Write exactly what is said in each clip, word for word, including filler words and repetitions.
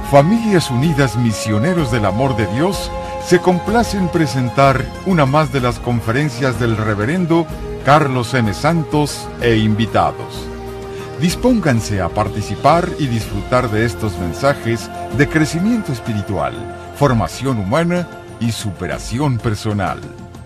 Familias Unidas Misioneros del Amor de Dios se complace en presentar una más de las conferencias del Reverendo Carlos M. Santos e invitados. Dispónganse a participar y disfrutar de estos mensajes de crecimiento espiritual, formación humana y superación personal.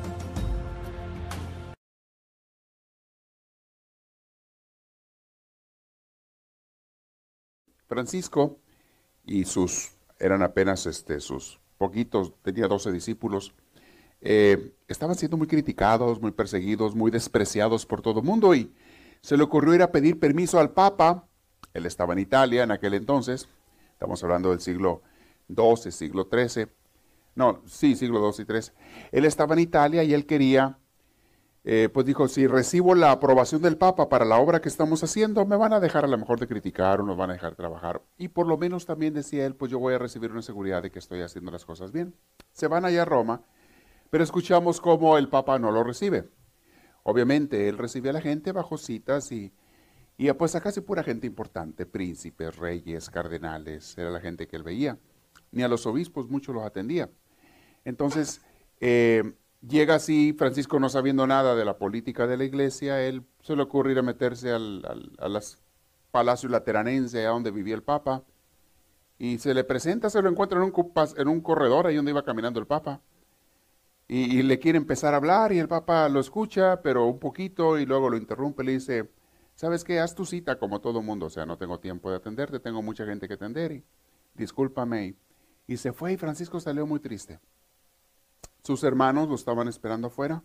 Francisco y sus, eran apenas este, sus poquitos, tenía doce discípulos, eh, estaban siendo muy criticados, muy perseguidos, muy despreciados por todo el mundo, y se le ocurrió ir a pedir permiso al Papa. Él estaba en Italia en aquel entonces, estamos hablando del siglo doce, siglo trece, no, sí, siglo doce y trece. Él estaba en Italia y él quería, eh, pues dijo, si recibo la aprobación del Papa para la obra que estamos haciendo, me van a dejar a lo mejor de criticar o nos van a dejar trabajar. Y por lo menos también decía él, pues yo voy a recibir una seguridad de que estoy haciendo las cosas bien. Se van allá a Roma, pero escuchamos cómo el Papa no lo recibe. Obviamente, él recibe a la gente bajo citas y, y pues a casi pura gente importante, príncipes, reyes, cardenales, era la gente que él veía. Ni a los obispos mucho los atendía. Entonces, eh, llega así, Francisco no sabiendo nada de la política de la iglesia, él se le ocurre ir a meterse al, al, al Palacio Lateranense, a donde vivía el Papa, y se le presenta, se lo encuentra en un, en un corredor, ahí donde iba caminando el Papa, y, y le quiere empezar a hablar, y el Papa lo escucha, pero un poquito, y luego lo interrumpe, le dice, ¿sabes qué? Haz tu cita como todo mundo, o sea, no tengo tiempo de atenderte, tengo mucha gente que atender, y discúlpame, y se fue, y Francisco salió muy triste. Sus hermanos lo estaban esperando afuera.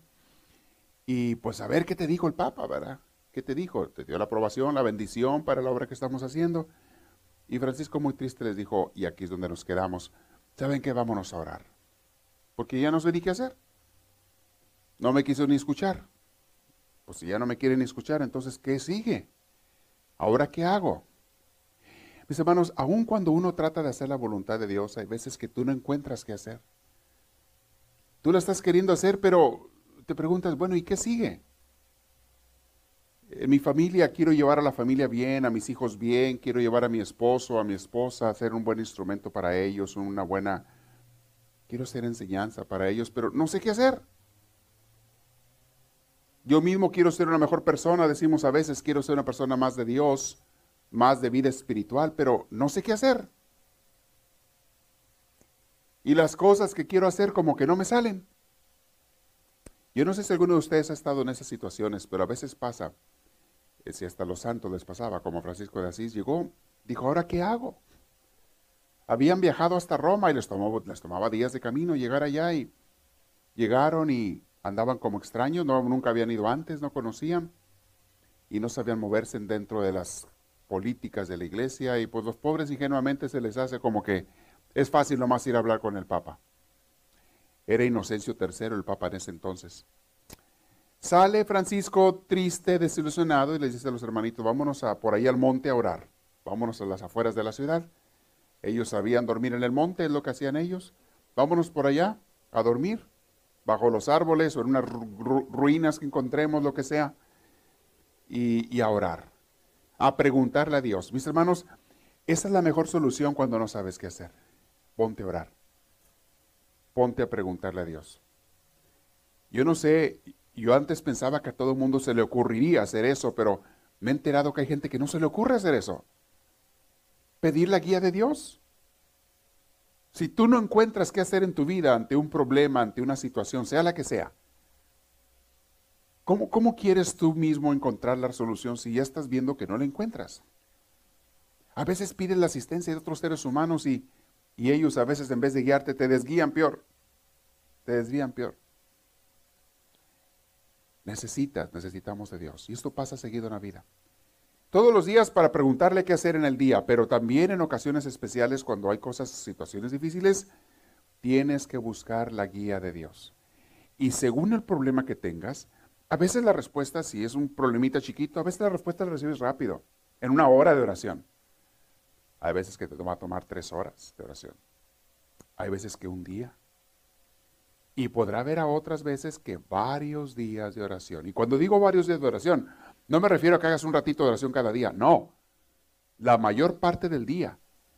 Y pues a ver qué te dijo el Papa, ¿verdad? ¿Qué te dijo? Te dio la aprobación, la bendición para la obra que estamos haciendo. Y Francisco muy triste les dijo, y aquí es donde nos quedamos, ¿saben qué? Vámonos a orar. Porque ya no sé ni qué hacer. No me quiso ni escuchar. Pues si ya no me quiere ni escuchar, entonces ¿qué sigue? ¿Ahora qué hago? Mis hermanos, aun cuando uno trata de hacer la voluntad de Dios, hay veces que tú no encuentras qué hacer. Tú lo estás queriendo hacer, pero te preguntas, bueno, ¿y qué sigue? En mi familia quiero llevar a la familia bien, a mis hijos bien, quiero llevar a mi esposo, a mi esposa, a ser un buen instrumento para ellos, una buena, quiero ser enseñanza para ellos, pero no sé qué hacer. Yo mismo quiero ser una mejor persona, decimos a veces, quiero ser una persona más de Dios, más de vida espiritual, pero no sé qué hacer. Y las cosas que quiero hacer como que no me salen. Yo no sé si alguno de ustedes ha estado en esas situaciones, pero a veces pasa, eh, si hasta los santos les pasaba, como Francisco de Asís llegó, dijo, ¿ahora qué hago? Habían viajado hasta Roma y les tomaba, les tomaba días de camino llegar allá, y llegaron y andaban como extraños, no, nunca habían ido antes, no conocían, y no sabían moverse dentro de las políticas de la iglesia, y pues los pobres ingenuamente se les hace como que es fácil nomás ir a hablar con el Papa. Era Inocencio tercero el Papa en ese entonces. Sale Francisco triste, desilusionado, y les dice a los hermanitos, vámonos a, por ahí al monte a orar. Vámonos a las afueras de la ciudad. Ellos sabían dormir en el monte, es lo que hacían ellos. Vámonos por allá a dormir, bajo los árboles o en unas ru ruinas que encontremos, lo que sea, y, y a orar, a preguntarle a Dios. Mis hermanos, esa es la mejor solución cuando no sabes qué hacer. Ponte a orar. Ponte a preguntarle a Dios. Yo no sé, yo antes pensaba que a todo el mundo se le ocurriría hacer eso, pero me he enterado que hay gente que no se le ocurre hacer eso. Pedir la guía de Dios. Si tú no encuentras qué hacer en tu vida ante un problema, ante una situación, sea la que sea, ¿cómo, cómo quieres tú mismo encontrar la solución si ya estás viendo que no la encuentras? A veces pides la asistencia de otros seres humanos y Y ellos a veces en vez de guiarte te desguían peor. Te desvían peor. Necesitas, necesitamos de Dios. Y esto pasa seguido en la vida. Todos los días para preguntarle qué hacer en el día, pero también en ocasiones especiales cuando hay cosas, situaciones difíciles, tienes que buscar la guía de Dios. Y según el problema que tengas, a veces la respuesta, si es un problemita chiquito, a veces la respuesta la recibes rápido, en una hora de oración. Hay veces que te va a tomar tres horas de oración. Hay veces que un día. Y podrá haber a otras veces que varios días de oración. Y cuando digo varios días de oración, no me refiero a que hagas un ratito de oración cada día. No. La mayor parte del día.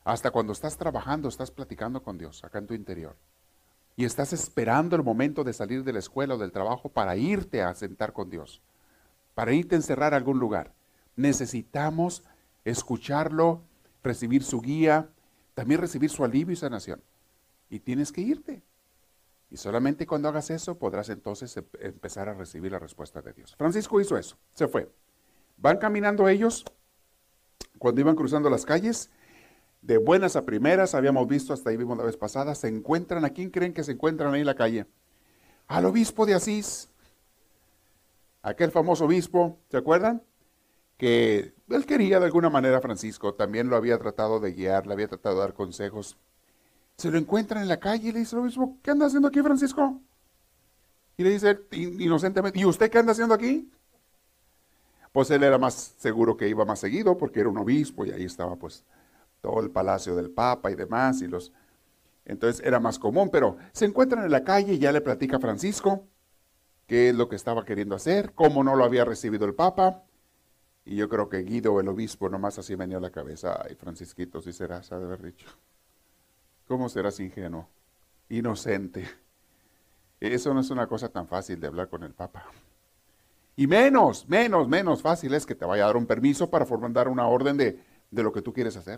Hasta cuando estás trabajando, estás platicando con Dios, acá en tu interior. Y estás esperando el momento de salir de la escuela o del trabajo para irte a sentar con Dios, para irte a encerrar a algún lugar. Necesitamos escucharlo, recibir su guía, también recibir su alivio y sanación. Y tienes que irte. Y solamente cuando hagas eso podrás entonces empezar a recibir la respuesta de Dios. Francisco hizo eso, se fue. Van caminando ellos, cuando iban cruzando las calles, de buenas a primeras, habíamos visto, hasta ahí vimos la vez pasada, se encuentran, ¿a quién creen que se encuentran ahí en la calle? Al obispo de Asís, aquel famoso obispo, ¿se acuerdan? Que él quería de alguna manera a Francisco, también lo había tratado de guiar, le había tratado de dar consejos. Se lo encuentran en la calle y le dice al obispo, ¿qué anda haciendo aquí, Francisco? Y le dice inocentemente, ¿y usted qué anda haciendo aquí? Pues él era más seguro que iba más seguido porque era un obispo y ahí estaba pues todo el palacio del Papa y demás, y los, entonces era más común, pero se encuentran en la calle y ya le platica a Francisco qué es lo que estaba queriendo hacer, cómo no lo había recibido el Papa, y yo creo que Guido, el obispo, nomás así venía a la cabeza, ay, Francisquito, sí serás, ha de haber dicho, ¿cómo serás ingenuo, inocente? Eso no es una cosa tan fácil de hablar con el Papa. Y menos, menos, menos fácil es que te vaya a dar un permiso para dar una orden de, de lo que tú quieres hacer.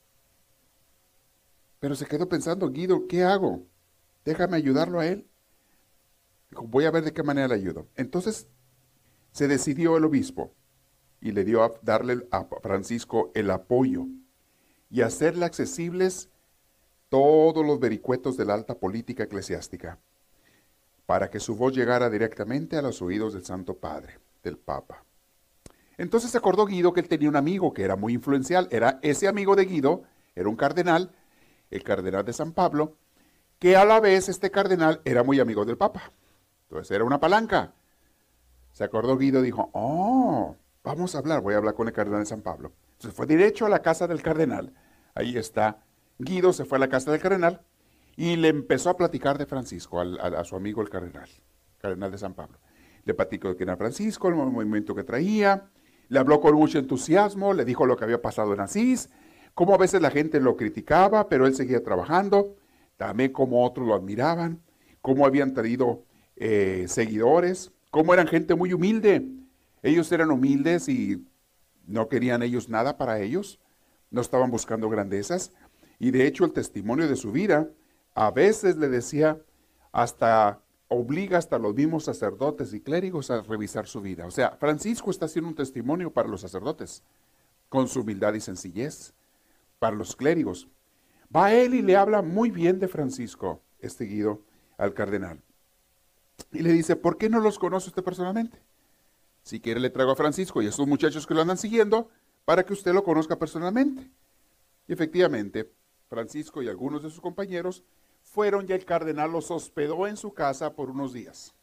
Pero se quedó pensando, Guido, ¿qué hago? Déjame ayudarlo a él. Dijo, voy a ver de qué manera le ayudo. Entonces se decidió el obispo y le dio a darle a Francisco el apoyo y hacerle accesibles todos los vericuetos de la alta política eclesiástica para que su voz llegara directamente a los oídos del Santo Padre, del Papa. Entonces se acordó Guido que él tenía un amigo que era muy influencial. Era ese amigo de Guido, era un cardenal, el cardenal de San Pablo, que a la vez este cardenal era muy amigo del Papa. Entonces era una palanca. Se acordó Guido y dijo, oh, vamos a hablar, voy a hablar con el cardenal de San Pablo. Entonces fue derecho a la casa del cardenal. Ahí está. Guido se fue a la casa del cardenal y le empezó a platicar de Francisco, al, a, a su amigo el cardenal, cardenal de San Pablo. Le platicó de quién era Francisco, el movimiento que traía, le habló con mucho entusiasmo, le dijo lo que había pasado en Asís, cómo a veces la gente lo criticaba, pero él seguía trabajando, también cómo otros lo admiraban, cómo habían traído eh, seguidores, cómo eran gente muy humilde. Ellos eran humildes y no querían ellos nada para ellos, no estaban buscando grandezas, y de hecho el testimonio de su vida a veces le decía, hasta obliga hasta los mismos sacerdotes y clérigos a revisar su vida. O sea, Francisco está haciendo un testimonio para los sacerdotes, con su humildad y sencillez. Para los clérigos. Va él y le habla muy bien de Francisco, este Guido, al cardenal. Y le dice, ¿por qué no los conoce usted personalmente? Si quiere le traigo a Francisco y a esos muchachos que lo andan siguiendo, para que usted lo conozca personalmente. Y efectivamente, Francisco y algunos de sus compañeros fueron y el cardenal los hospedó en su casa por unos días.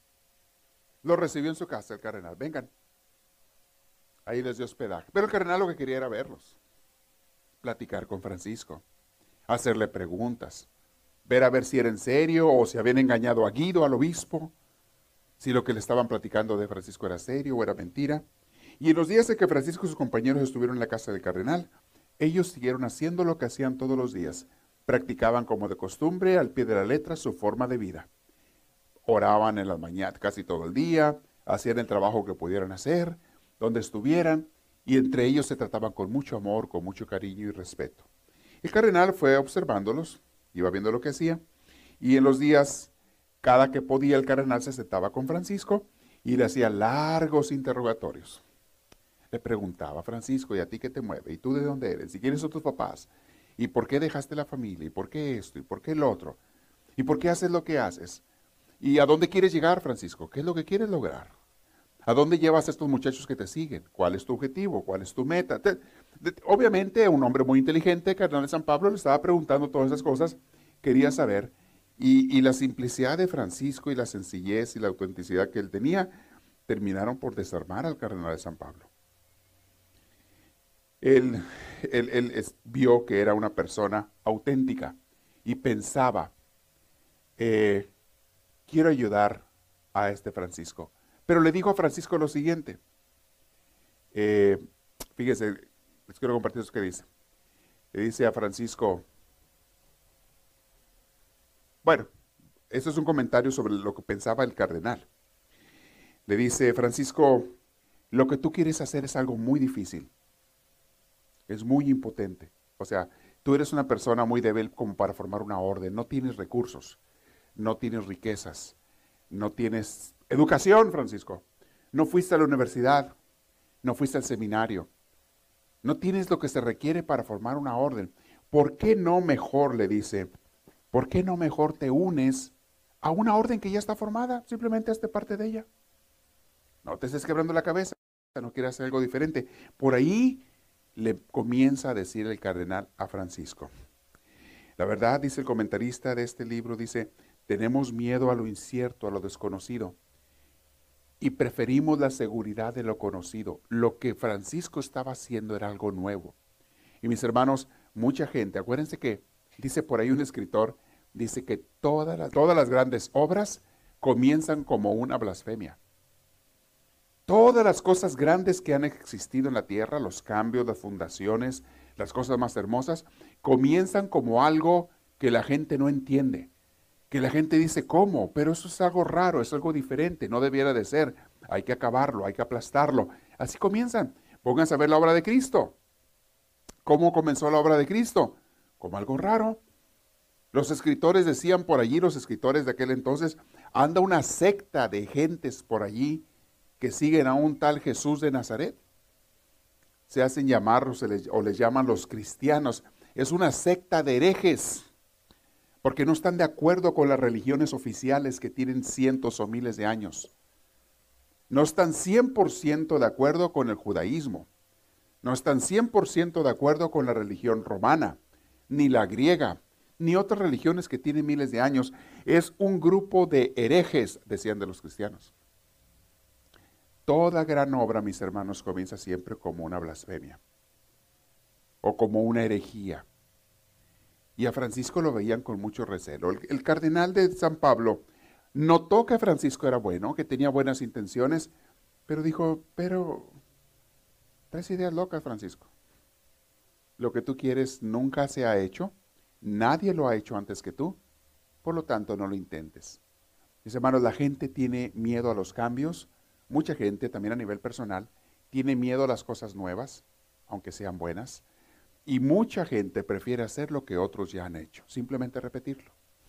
Los recibió en su casa el cardenal, vengan. Ahí les dio hospedaje. Pero el cardenal lo que quería era verlos. Platicar con Francisco, hacerle preguntas, ver a ver si era en serio o si habían engañado a Guido, al obispo, si lo que le estaban platicando de Francisco era serio o era mentira. Y en los días en que Francisco y sus compañeros estuvieron en la casa del cardenal, ellos siguieron haciendo lo que hacían todos los días. Practicaban como de costumbre, al pie de la letra, su forma de vida. Oraban en las mañanas casi todo el día, hacían el trabajo que pudieran hacer, donde estuvieran, y entre ellos se trataban con mucho amor, con mucho cariño y respeto. El cardenal fue observándolos, iba viendo lo que hacía, y en los días, cada que podía, el cardenal se sentaba con Francisco y le hacía largos interrogatorios. Le preguntaba, Francisco, ¿y a ti qué te mueve? ¿Y tú de dónde eres? ¿Y quiénes son tus papás? ¿Y por qué dejaste la familia? ¿Y por qué esto? ¿Y por qué lo otro? ¿Y por qué haces lo que haces? ¿Y a dónde quieres llegar, Francisco? ¿Qué es lo que quieres lograr? ¿A dónde llevas a estos muchachos que te siguen? ¿Cuál es tu objetivo? ¿Cuál es tu meta? Te, de, obviamente, un hombre muy inteligente, el cardenal de San Pablo, le estaba preguntando todas esas cosas, quería saber, y, y la simplicidad de Francisco y la sencillez y la autenticidad que él tenía, terminaron por desarmar al cardenal de San Pablo. Él, él, él es, vio que era una persona auténtica y pensaba, eh, quiero ayudar a este Francisco. Pero le dijo a Francisco lo siguiente, eh, fíjese, les quiero compartir eso que dice. Le dice a Francisco, bueno, eso es un comentario sobre lo que pensaba el cardenal. Le dice, Francisco, lo que tú quieres hacer es algo muy difícil, es muy impotente. O sea, tú eres una persona muy débil como para formar una orden, no tienes recursos, no tienes riquezas, no tienes educación, Francisco. No fuiste a la universidad, no fuiste al seminario, no tienes lo que se requiere para formar una orden. ¿Por qué no mejor, le dice, por qué no mejor te unes a una orden que ya está formada? Simplemente hazte parte de ella. No te estés quebrando la cabeza, no quieras hacer algo diferente. Por ahí le comienza a decir el cardenal a Francisco. La verdad, dice el comentarista de este libro, dice, tenemos miedo a lo incierto, a lo desconocido, y preferimos la seguridad de lo conocido. Lo que Francisco estaba haciendo era algo nuevo. Y mis hermanos, mucha gente, acuérdense que, dice por ahí un escritor, dice que todas las, todas las grandes obras comienzan como una blasfemia. Todas las cosas grandes que han existido en la tierra, los cambios, las fundaciones, las cosas más hermosas, comienzan como algo que la gente no entiende. Que la gente dice, ¿cómo? Pero eso es algo raro, es algo diferente, no debiera de ser. Hay que acabarlo, hay que aplastarlo. Así comienzan. Pónganse a ver la obra de Cristo. ¿Cómo comenzó la obra de Cristo? Como algo raro. Los escritores decían por allí, los escritores de aquel entonces, anda una secta de gentes por allí que siguen a un tal Jesús de Nazaret. Se hacen llamar o, se les, o les llaman los cristianos. Es una secta de herejes, porque no están de acuerdo con las religiones oficiales que tienen cientos o miles de años. No están cien por ciento de acuerdo con el judaísmo. No están cien por ciento de acuerdo con la religión romana, ni la griega, ni otras religiones que tienen miles de años. Es un grupo de herejes, decían de los cristianos. Toda gran obra, mis hermanos, comienza siempre como una blasfemia o como una herejía. Y a Francisco lo veían con mucho recelo. El, el cardenal de San Pablo notó que Francisco era bueno, que tenía buenas intenciones, pero dijo, pero traes ideas locas, Francisco. Lo que tú quieres nunca se ha hecho, nadie lo ha hecho antes que tú, por lo tanto no lo intentes. Mis hermanos, la gente tiene miedo a los cambios. Mucha gente, también a nivel personal, tiene miedo a las cosas nuevas, aunque sean buenas. Y mucha gente prefiere hacer lo que otros ya han hecho, simplemente repetirlo.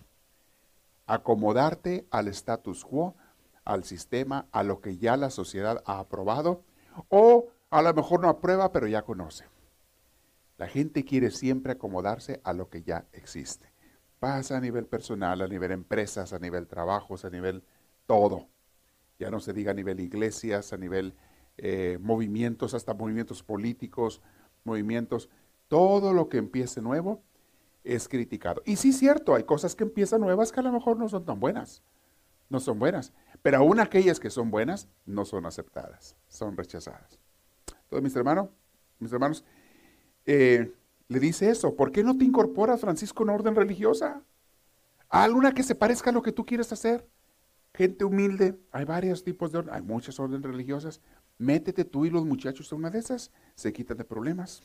Acomodarte al status quo, al sistema, a lo que ya la sociedad ha aprobado, o a lo mejor no aprueba, pero ya conoce. La gente quiere siempre acomodarse a lo que ya existe. Pasa a nivel personal, a nivel empresas, a nivel trabajos, a nivel todo. Ya no se diga a nivel iglesias, a nivel eh, movimientos, hasta movimientos políticos, movimientos. Todo lo que empiece nuevo es criticado. Y sí es cierto, hay cosas que empiezan nuevas que a lo mejor no son tan buenas. No son buenas. Pero aún aquellas que son buenas no son aceptadas, son rechazadas. Entonces, mis hermanos, mis hermanos, eh, le dice eso. ¿Por qué no te incorporas, Francisco, a una orden religiosa? A alguna que se parezca a lo que tú quieres hacer. Gente humilde, hay varios tipos de orden, hay muchas órdenes religiosas. Métete tú y los muchachos a una de esas, se quitan de problemas.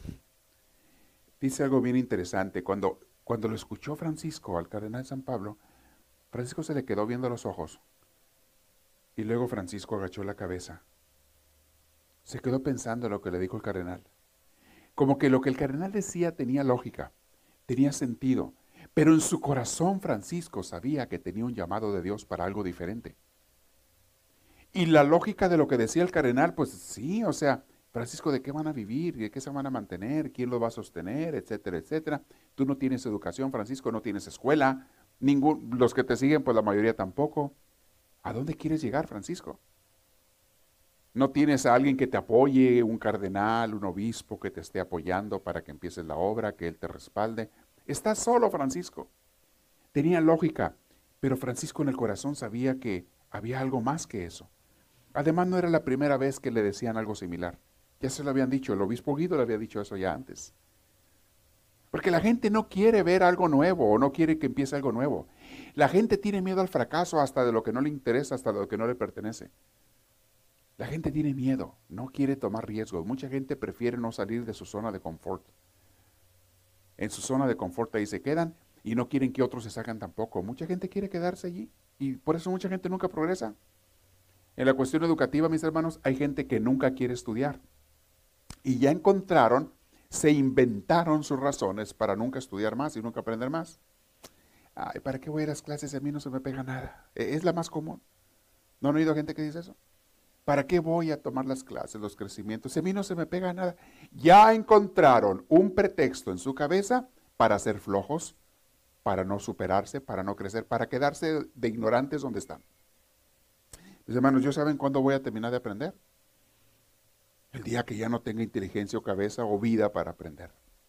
Dice algo bien interesante, cuando, cuando lo escuchó Francisco al cardenal San Pablo, Francisco se le quedó viendo los ojos. Y luego Francisco agachó la cabeza. Se quedó pensando en lo que le dijo el cardenal. Como que lo que el cardenal decía tenía lógica, tenía sentido. Pero en su corazón Francisco sabía que tenía un llamado de Dios para algo diferente. Y la lógica de lo que decía el cardenal, pues sí, o sea, Francisco, ¿de qué van a vivir? ¿De qué se van a mantener? ¿Quién lo va a sostener? Etcétera, etcétera. Tú no tienes educación, Francisco, no tienes escuela. Ningún, los que te siguen, pues la mayoría tampoco. ¿A dónde quieres llegar, Francisco? No tienes a alguien que te apoye, un cardenal, un obispo que te esté apoyando para que empieces la obra, que él te respalde. Estás solo, Francisco. Tenía lógica, pero Francisco en el corazón sabía que había algo más que eso. Además, no era la primera vez que le decían algo similar. Ya se lo habían dicho, el obispo Guido le había dicho eso ya antes. Porque la gente no quiere ver algo nuevo o no quiere que empiece algo nuevo. La gente tiene miedo al fracaso hasta de lo que no le interesa, hasta de lo que no le pertenece. La gente tiene miedo, no quiere tomar riesgos. Mucha gente prefiere no salir de su zona de confort. en su zona de confort ahí se quedan y no quieren que otros se salgan tampoco. Mucha gente quiere quedarse allí y por eso mucha gente nunca progresa. En la cuestión educativa, mis hermanos, hay gente que nunca quiere estudiar y ya encontraron, se inventaron sus razones para nunca estudiar más y nunca aprender más. Ay, ¿para qué voy a ir a las clases? A mí no se me pega nada. Es la más común. ¿No han oído gente que dice eso? ¿Para qué voy a tomar las clases, los crecimientos? A mí no se me pega nada. Ya encontraron un pretexto en su cabeza para ser flojos, para no superarse, para no crecer, para quedarse de ignorantes donde están. Mis hermanos, ¿yo saben cuándo voy a terminar de aprender? El día que ya no tenga inteligencia o cabeza o vida para aprender.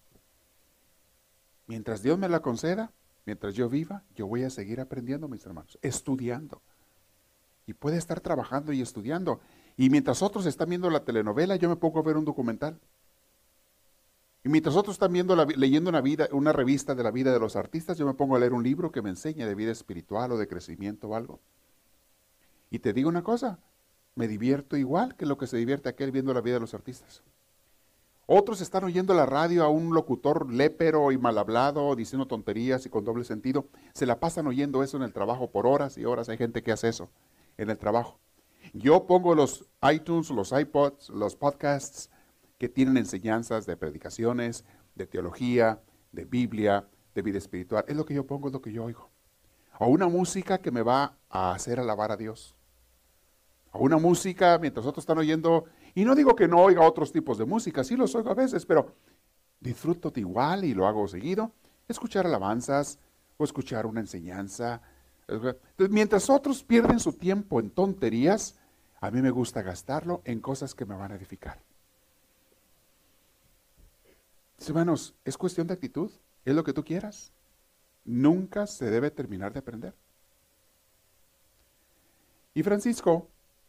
Mientras Dios me la conceda, mientras yo viva, yo voy a seguir aprendiendo, mis hermanos, estudiando. Y puede estar trabajando y estudiando. Y mientras otros están viendo la telenovela, yo me pongo a ver un documental. Y mientras otros están viendo la, leyendo una, vida, una revista de la vida de los artistas, yo me pongo a leer un libro que me enseña de vida espiritual o de crecimiento o algo. Y te digo una cosa, me divierto igual que lo que se divierte aquel viendo la vida de los artistas. Otros están oyendo la radio a un locutor lépero y mal hablado, diciendo tonterías y con doble sentido. Se la pasan oyendo eso en el trabajo por horas y horas. Hay gente que hace eso en el trabajo. Yo pongo los iTunes, los iPods, los podcasts que tienen enseñanzas de predicaciones, de teología, de Biblia, de vida espiritual. Es lo que yo pongo, es lo que yo oigo. O una música que me va a hacer alabar a Dios. O una música mientras otros están oyendo, y no digo que no oiga otros tipos de música, sí los oigo a veces, pero disfruto de igual y lo hago seguido, escuchar alabanzas o escuchar una enseñanza. Entonces, mientras otros pierden su tiempo en tonterías, a mí me gusta gastarlo en cosas que me van a edificar. Hermanos, es cuestión de actitud, es lo que tú quieras. Nunca se debe terminar de aprender. Y Francisco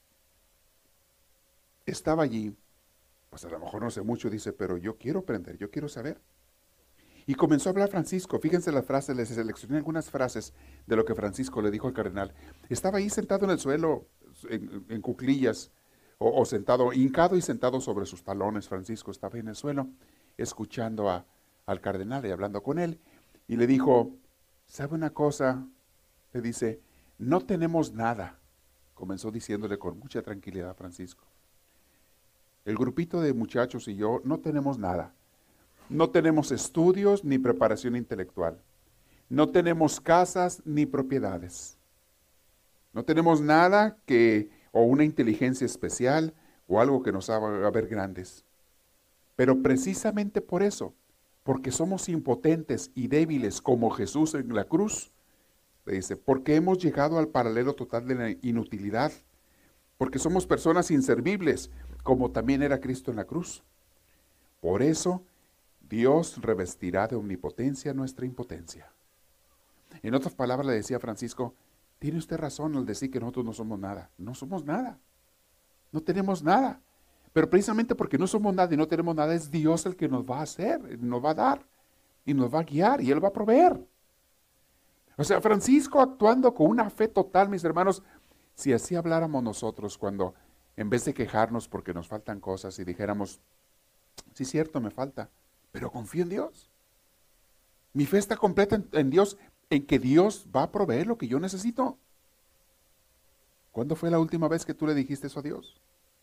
estaba allí, pues a lo mejor no sé mucho, dice, pero yo quiero aprender, yo quiero saber. Y comenzó a hablar Francisco. Fíjense las frases, les seleccioné algunas frases de lo que Francisco le dijo al cardenal. Estaba ahí sentado en el suelo, en, en cuclillas, o, o sentado, hincado y sentado sobre sus talones. Francisco estaba ahí en el suelo, escuchando a, al cardenal y hablando con él. Y le dijo, ¿sabe una cosa? Le dice, no tenemos nada. Comenzó diciéndole con mucha tranquilidad a Francisco. El grupito de muchachos y yo no tenemos nada. No tenemos estudios ni preparación intelectual. No tenemos casas ni propiedades. No tenemos nada que, o una inteligencia especial, o algo que nos haga ver grandes. Pero precisamente por eso, porque somos impotentes y débiles como Jesús en la cruz, le dice, porque hemos llegado al paralelo total de la inutilidad, porque somos personas inservibles, como también era Cristo en la cruz. Por eso, Dios revestirá de omnipotencia nuestra impotencia. En otras palabras le decía Francisco, tiene usted razón al decir que nosotros no somos nada. No somos nada. No tenemos nada. Pero precisamente porque no somos nada y no tenemos nada, es Dios el que nos va a hacer, nos va a dar, y nos va a guiar, y Él va a proveer. O sea, Francisco actuando con una fe total, mis hermanos, si así habláramos nosotros cuando, en vez de quejarnos porque nos faltan cosas y dijéramos, sí es cierto, me falta, pero confío en Dios. Mi fe está completa en, en Dios, en que Dios va a proveer lo que yo necesito. ¿Cuándo fue la última vez que tú le dijiste eso a Dios?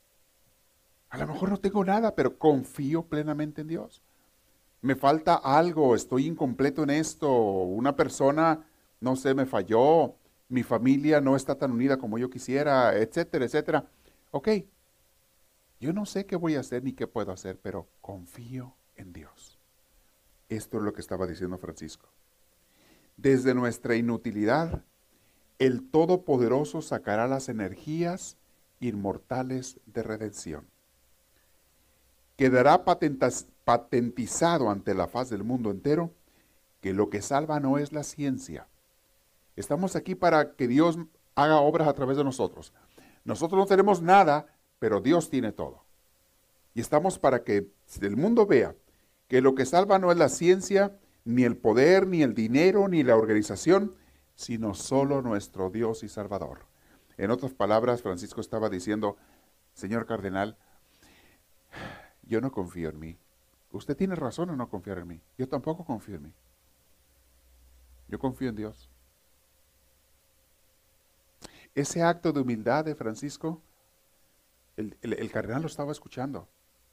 A lo mejor no tengo nada, pero confío plenamente en Dios. Me falta algo, estoy incompleto en esto, una persona, no sé, me falló, mi familia no está tan unida como yo quisiera, etcétera, etcétera. Ok, yo no sé qué voy a hacer ni qué puedo hacer, pero confío en Dios. Esto es lo que estaba diciendo Francisco. Desde nuestra inutilidad, el Todopoderoso sacará las energías inmortales de redención. Quedará patentizado ante la faz del mundo entero que lo que salva no es la ciencia. Estamos aquí para que Dios haga obras a través de nosotros. Nosotros no tenemos nada, pero Dios tiene todo. Y estamos para que el mundo vea que lo que salva no es la ciencia, ni el poder, ni el dinero, ni la organización, sino solo nuestro Dios y Salvador. En otras palabras, Francisco estaba diciendo, señor cardenal, yo no confío en mí, Usted tiene razón en no confiar en mí. Yo tampoco confío en mí. Yo confío en Dios. Ese acto de humildad de Francisco, el, el, el cardenal lo estaba escuchando.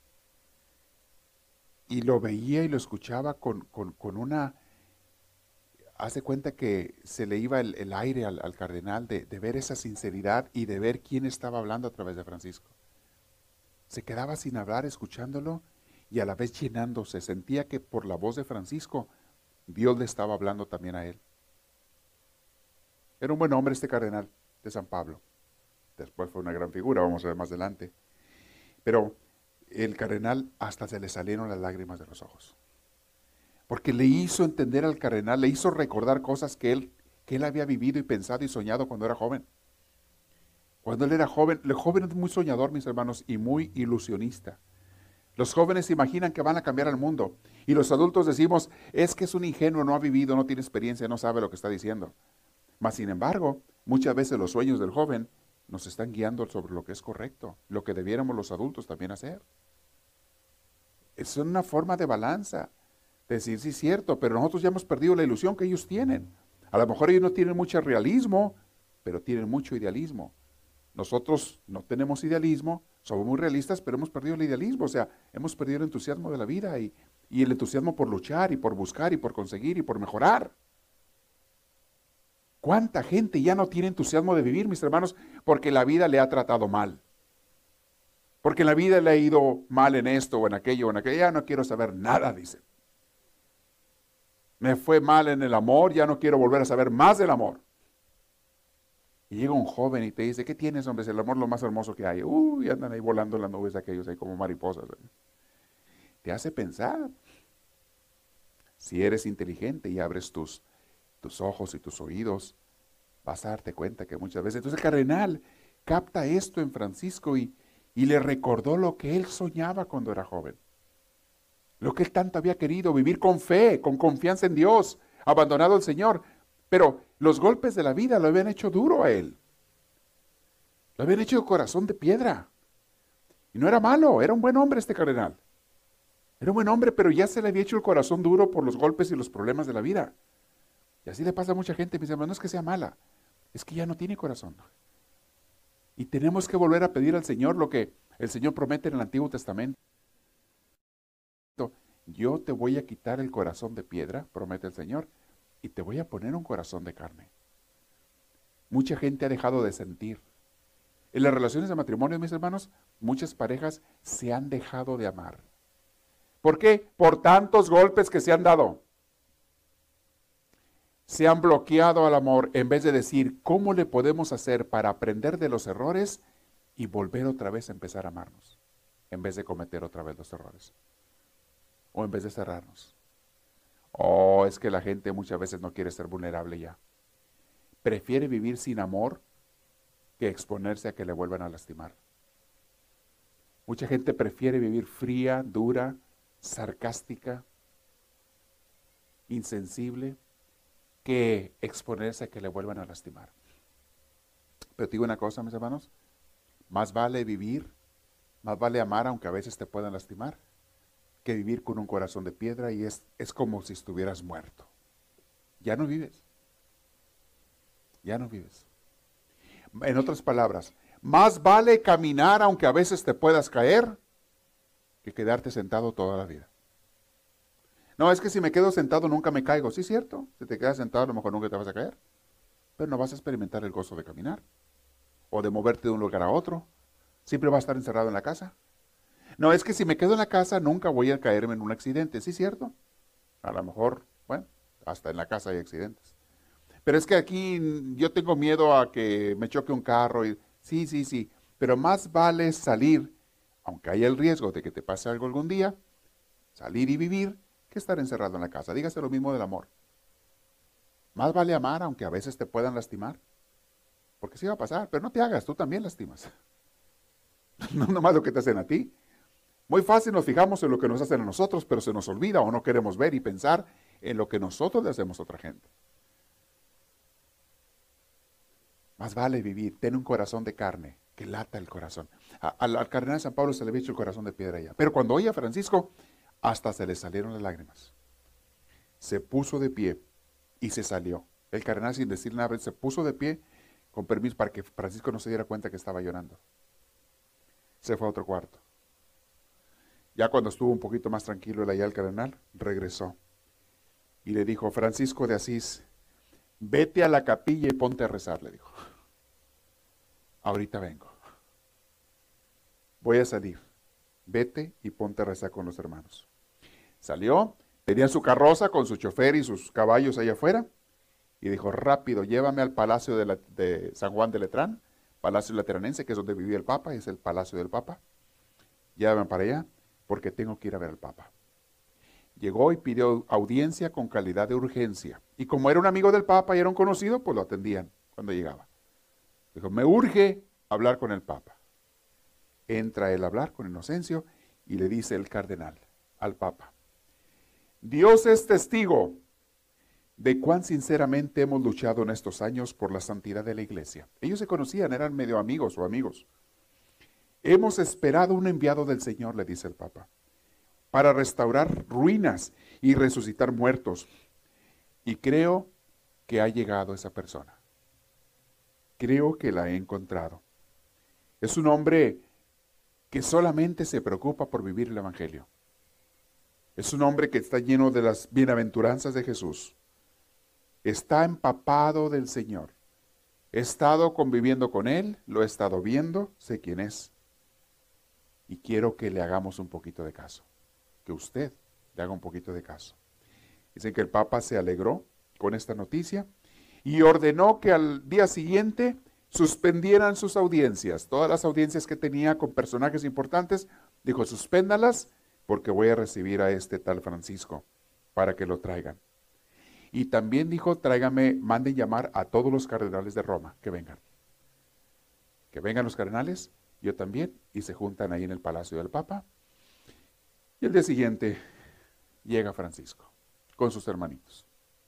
Y lo veía y lo escuchaba con, con, con una... Hace cuenta que se le iba el, el aire al, al cardenal de, de ver esa sinceridad y de ver quién estaba hablando a través de Francisco. Se quedaba sin hablar escuchándolo y a la vez llenándose. Sentía que por la voz de Francisco, Dios le estaba hablando también a él. Era un buen hombre este cardenal de San Pablo. Después fue una gran figura, vamos a ver más adelante. Pero el cardenal hasta se le salieron las lágrimas de los ojos. Porque le hizo entender al cardenal, le hizo recordar cosas que él, que él había vivido y pensado y soñado cuando era joven. Cuando él era joven, el joven es muy soñador, mis hermanos, y muy ilusionista. Los jóvenes se imaginan que van a cambiar al mundo. Y los adultos decimos, es que es un ingenuo, no ha vivido, no tiene experiencia, no sabe lo que está diciendo. Mas, sin embargo, muchas veces los sueños del joven nos están guiando sobre lo que es correcto, lo que debiéramos los adultos también hacer. Es una forma de balanza. Decir, sí, es cierto, pero nosotros ya hemos perdido la ilusión que ellos tienen. A lo mejor ellos no tienen mucho realismo, pero tienen mucho idealismo. Nosotros no tenemos idealismo, somos muy realistas, pero hemos perdido el idealismo, o sea, hemos perdido el entusiasmo de la vida y, y el entusiasmo por luchar y por buscar y por conseguir y por mejorar. ¿Cuánta gente ya no tiene entusiasmo de vivir, mis hermanos? Porque la vida le ha tratado mal. Porque la vida le ha ido mal en esto o en aquello o en aquello. Ya no quiero saber nada, dicen. Me fue mal en el amor, ya no quiero volver a saber más del amor. Y llega un joven y te dice, ¿qué tienes, hombre? Es el amor lo más hermoso que hay. Uy, andan ahí volando en las nubes aquellos ahí como mariposas. Te hace pensar. Si eres inteligente y abres tus, tus ojos y tus oídos, vas a darte cuenta que muchas veces... Entonces el cardenal capta esto en Francisco y, y le recordó lo que él soñaba cuando era joven. Lo que él tanto había querido, vivir con fe, con confianza en Dios, abandonado al Señor. Pero los golpes de la vida lo habían hecho duro a él. Lo habían hecho de corazón de piedra. Y no era malo, era un buen hombre este cardenal. Era un buen hombre, pero ya se le había hecho el corazón duro por los golpes y los problemas de la vida. Y así le pasa a mucha gente, mis hermanos, no es que sea mala, es que ya no tiene corazón. Y tenemos que volver a pedir al Señor lo que el Señor promete en el Antiguo Testamento. Yo te voy a quitar el corazón de piedra, promete el Señor, y te voy a poner un corazón de carne. Mucha gente ha dejado de sentir. En las relaciones de matrimonio, mis hermanos, muchas parejas se han dejado de amar. ¿Por qué? Por tantos golpes que se han dado. Se han bloqueado al amor en vez de decir, ¿cómo le podemos hacer para aprender de los errores y volver otra vez a empezar a amarnos? En vez de cometer otra vez los errores. O en vez de cerrarnos. Oh, es que la gente muchas veces no quiere ser vulnerable ya. Prefiere vivir sin amor que exponerse a que le vuelvan a lastimar. Mucha gente prefiere vivir fría, dura, sarcástica, insensible, que exponerse a que le vuelvan a lastimar. Pero te digo una cosa, mis hermanos, más vale vivir, más vale amar aunque a veces te puedan lastimar, que vivir con un corazón de piedra y es, es como si estuvieras muerto. Ya no vives. Ya no vives. En otras palabras, más vale caminar aunque a veces te puedas caer que quedarte sentado toda la vida. No, es que si me quedo sentado nunca me caigo. Sí, es cierto. Si te quedas sentado a lo mejor nunca te vas a caer. Pero no vas a experimentar el gozo de caminar. O de moverte de un lugar a otro. Siempre vas a estar encerrado en la casa. No, es que si me quedo en la casa nunca voy a caerme en un accidente. Sí, es cierto. A lo mejor, bueno, hasta en la casa hay accidentes. Pero es que aquí yo tengo miedo a que me choque un carro. Y, sí, sí, sí. Pero más vale salir, aunque haya el riesgo de que te pase algo algún día, salir y vivir, que estar encerrado en la casa. Dígase lo mismo del amor. Más vale amar, aunque a veces te puedan lastimar. Porque sí va a pasar, pero no te hagas, tú también lastimas. No nomás lo que te hacen a ti. Muy fácil nos fijamos en lo que nos hacen a nosotros, pero se nos olvida o no queremos ver y pensar en lo que nosotros le hacemos a otra gente. Más vale vivir, ten un corazón de carne, que lata el corazón. A, al, al cardenal San Pablo se le había hecho el corazón de piedra ya. Pero cuando oye a Francisco, hasta se le salieron las lágrimas. Se puso de pie y se salió. El cardenal, sin decir nada, se puso de pie con permiso para que Francisco no se diera cuenta que estaba llorando. Se fue a otro cuarto. Ya cuando estuvo un poquito más tranquilo el allá el cardenal, regresó y le dijo: Francisco de Asís, vete a la capilla y ponte a rezar, le dijo. Ahorita vengo. Voy a salir. Vete y ponte a rezar con los hermanos. Salió, tenía su carroza con su chofer y sus caballos allá afuera, y dijo: rápido, llévame al palacio de, la, de San Juan de Letrán, palacio lateranense, que es donde vivía el Papa, es el palacio del Papa. Llévame para allá, porque tengo que ir a ver al Papa. Llegó y pidió audiencia con calidad de urgencia. Y como era un amigo del Papa y era un conocido, pues lo atendían cuando llegaba. Dijo: me urge hablar con el Papa. Entra él a hablar con Inocencio y le dice el cardenal al Papa: Dios es testigo de cuán sinceramente hemos luchado en estos años por la santidad de la iglesia. Ellos se conocían, eran medio amigos o amigos. Hemos esperado un enviado del Señor, le dice el Papa, para restaurar ruinas y resucitar muertos. Y creo que ha llegado esa persona. Creo que la he encontrado. Es un hombre que solamente se preocupa por vivir el Evangelio. Es un hombre que está lleno de las bienaventuranzas de Jesús. Está empapado del Señor. He estado conviviendo con Él, lo he estado viendo, sé quién es. Y quiero que le hagamos un poquito de caso. Que usted le haga un poquito de caso. Dicen que el Papa se alegró con esta noticia y ordenó que al día siguiente suspendieran sus audiencias. Todas las audiencias que tenía con personajes importantes, dijo: suspéndalas porque voy a recibir a este tal Francisco para que lo traigan. Y también dijo: tráigame, manden llamar a todos los cardenales de Roma, que vengan. Que vengan los cardenales, yo también, y se juntan ahí en el palacio del Papa. Y el día siguiente llega Francisco con sus hermanitos.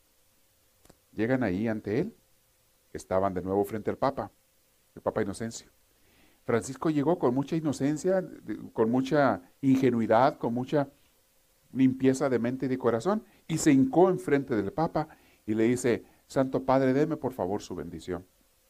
Llegan ahí ante él, estaban de nuevo frente al Papa, el Papa Inocencio. Francisco llegó con mucha inocencia, con mucha ingenuidad, con mucha limpieza de mente y de corazón, y se hincó enfrente del Papa y le dice: Santo Padre, deme por favor su bendición.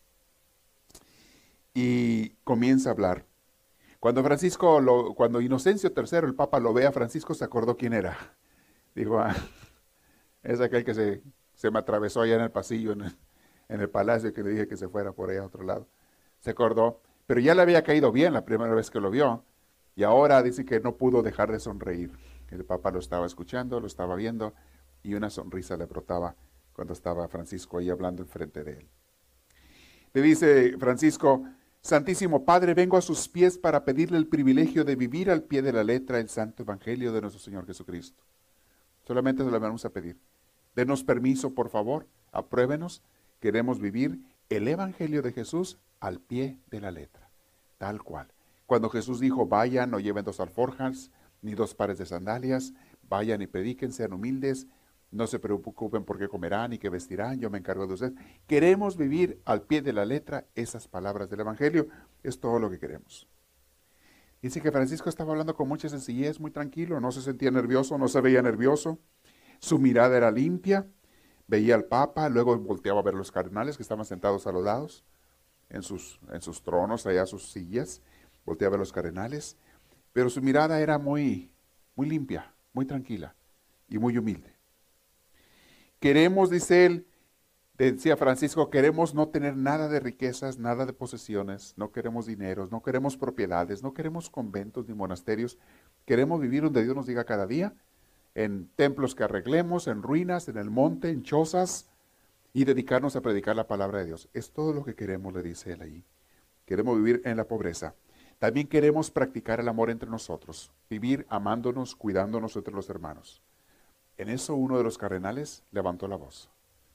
Y comienza a hablar. Cuando Francisco, lo, cuando Inocencio tercero, el Papa, lo ve a Francisco, se acordó quién era. Digo: ah, es aquel que se, se me atravesó allá en el pasillo, en el, en el palacio, que le dije que se fuera por allá a otro lado. Se acordó, pero ya le había caído bien la primera vez que lo vio, y ahora dice que no pudo dejar de sonreír. El Papa lo estaba escuchando, lo estaba viendo, y una sonrisa le brotaba cuando estaba Francisco ahí hablando enfrente de él. Le dice Francisco: Santísimo Padre, vengo a sus pies para pedirle el privilegio de vivir al pie de la letra el Santo Evangelio de nuestro Señor Jesucristo. Solamente se lo vamos a pedir. Denos permiso, por favor, apruébenos. Queremos vivir el Evangelio de Jesús al pie de la letra, tal cual. Cuando Jesús dijo: vayan, no lleven dos alforjas, ni dos pares de sandalias, vayan y prediquen, sean humildes, no se preocupen por qué comerán y qué vestirán, yo me encargo de ustedes. Queremos vivir al pie de la letra esas palabras del Evangelio, es todo lo que queremos. Dice que Francisco estaba hablando con mucha sencillez, muy tranquilo, no se sentía nervioso, no se veía nervioso, su mirada era limpia, veía al Papa, luego volteaba a ver a los cardenales que estaban sentados a los lados, en sus, en sus tronos, allá sus sillas, volteaba a ver a los cardenales, pero su mirada era muy, muy limpia, muy tranquila y muy humilde. Queremos, dice él, decía Francisco, queremos no tener nada de riquezas, nada de posesiones, no queremos dineros, no queremos propiedades, no queremos conventos ni monasterios, queremos vivir donde Dios nos diga cada día, en templos que arreglemos, en ruinas, en el monte, en chozas, y dedicarnos a predicar la palabra de Dios. Es todo lo que queremos, le dice él ahí. Queremos vivir en la pobreza. También queremos practicar el amor entre nosotros, vivir amándonos, cuidándonos entre los hermanos. En eso uno de los cardenales levantó la voz.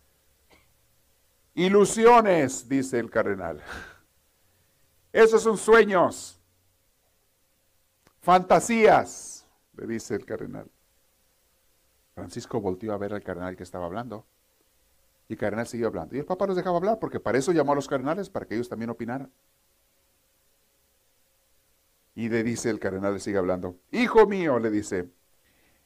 Ilusiones, dice el cardenal. Esos son sueños. Fantasías, le dice el cardenal. Francisco volteó a ver al cardenal que estaba hablando. Y el cardenal siguió hablando. Y el Papa los dejaba hablar, porque para eso llamó a los cardenales, para que ellos también opinaran. Y le dice el cardenal, le sigue hablando. Hijo mío, le dice,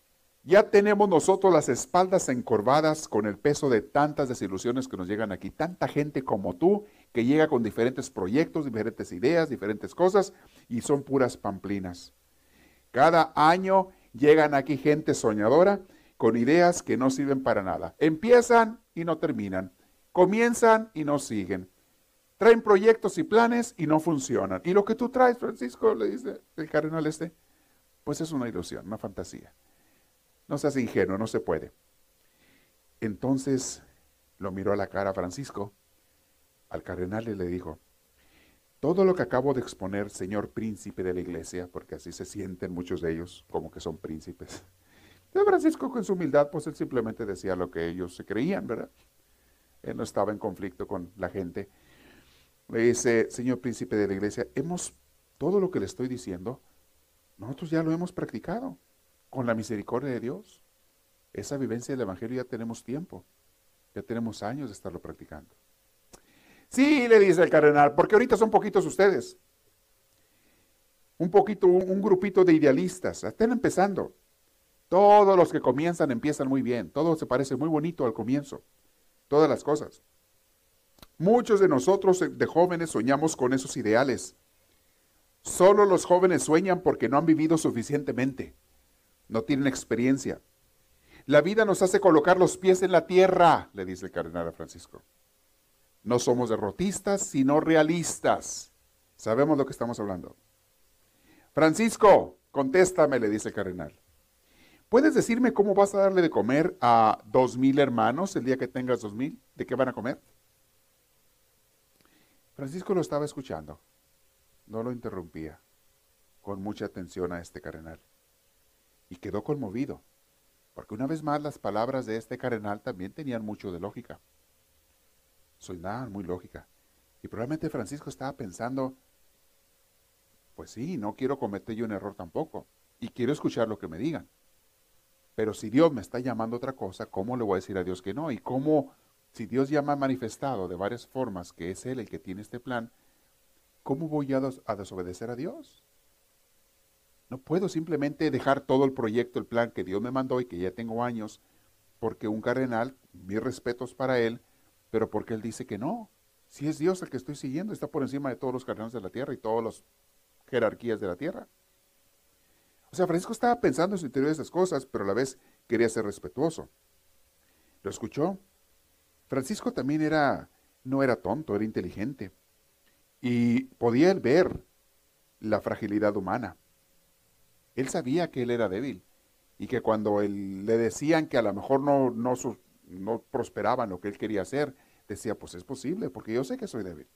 Ya tenemos nosotros las espaldas encorvadas con el peso de tantas desilusiones que nos llegan aquí. Tanta gente como tú que llega con diferentes proyectos, diferentes ideas, diferentes cosas y son puras pamplinas. Cada año llegan aquí gente soñadora con ideas que no sirven para nada. Empiezan y no terminan. Comienzan y no siguen. Traen proyectos y planes y no funcionan. Y lo que tú traes, Francisco, le dice el cardenal este, pues es una ilusión, una fantasía. No seas ingenuo, no se puede. Entonces lo miró a la cara a Francisco, al cardenal, y le dijo, todo lo que acabo de exponer, señor príncipe de la iglesia, porque así se sienten muchos de ellos, como que son príncipes. Entonces Francisco, con su humildad, pues él simplemente decía lo que ellos se creían, ¿verdad? Él no estaba en conflicto con la gente. Le dice, señor príncipe de la iglesia, hemos, todo lo que le estoy diciendo, nosotros ya lo hemos practicado. Con la misericordia de Dios, esa vivencia del evangelio ya tenemos tiempo, ya tenemos años de estarlo practicando. Sí, le dice el cardenal, porque ahorita son poquitos ustedes, un poquito, un, un grupito de idealistas, están empezando. Todos los que comienzan empiezan muy bien, todo se parece muy bonito al comienzo, todas las cosas. Muchos de nosotros de jóvenes soñamos con esos ideales. Solo los jóvenes sueñan porque no han vivido suficientemente. No tienen experiencia. La vida nos hace colocar los pies en la tierra, le dice el cardenal a Francisco. No somos derrotistas, sino realistas. Sabemos lo que estamos hablando. Francisco, contéstame, le dice el cardenal. ¿Puedes decirme cómo vas a darle de comer a dos mil hermanos el día que tengas dos mil? ¿De qué van a comer? Francisco lo estaba escuchando. No lo interrumpía. Con mucha atención a este cardenal. Y quedó conmovido, porque una vez más las palabras de este cardenal también tenían mucho de lógica. Sonaban muy lógica. Y probablemente Francisco estaba pensando, pues sí, no quiero cometer yo un error tampoco, y quiero escuchar lo que me digan. Pero si Dios me está llamando a otra cosa, ¿cómo le voy a decir a Dios que no? Y cómo, si Dios ya me ha manifestado de varias formas que es Él el que tiene este plan, ¿cómo voy a, des- a desobedecer a Dios? No puedo simplemente dejar todo el proyecto, el plan que Dios me mandó y que ya tengo años, porque un cardenal, mis respetos para él, pero porque él dice que no. Si es Dios el que estoy siguiendo, está por encima de todos los cardenales de la tierra y todas las jerarquías de la tierra. O sea, Francisco estaba pensando en su interior de esas cosas, pero a la vez quería ser respetuoso. ¿Lo escuchó? Francisco también era, no era tonto, era inteligente. Y podía él ver la fragilidad humana. Él sabía que él era débil y que cuando él, le decían que a lo mejor no, no, no prosperaba en lo que él quería hacer, decía, pues es posible, porque yo sé que soy débil.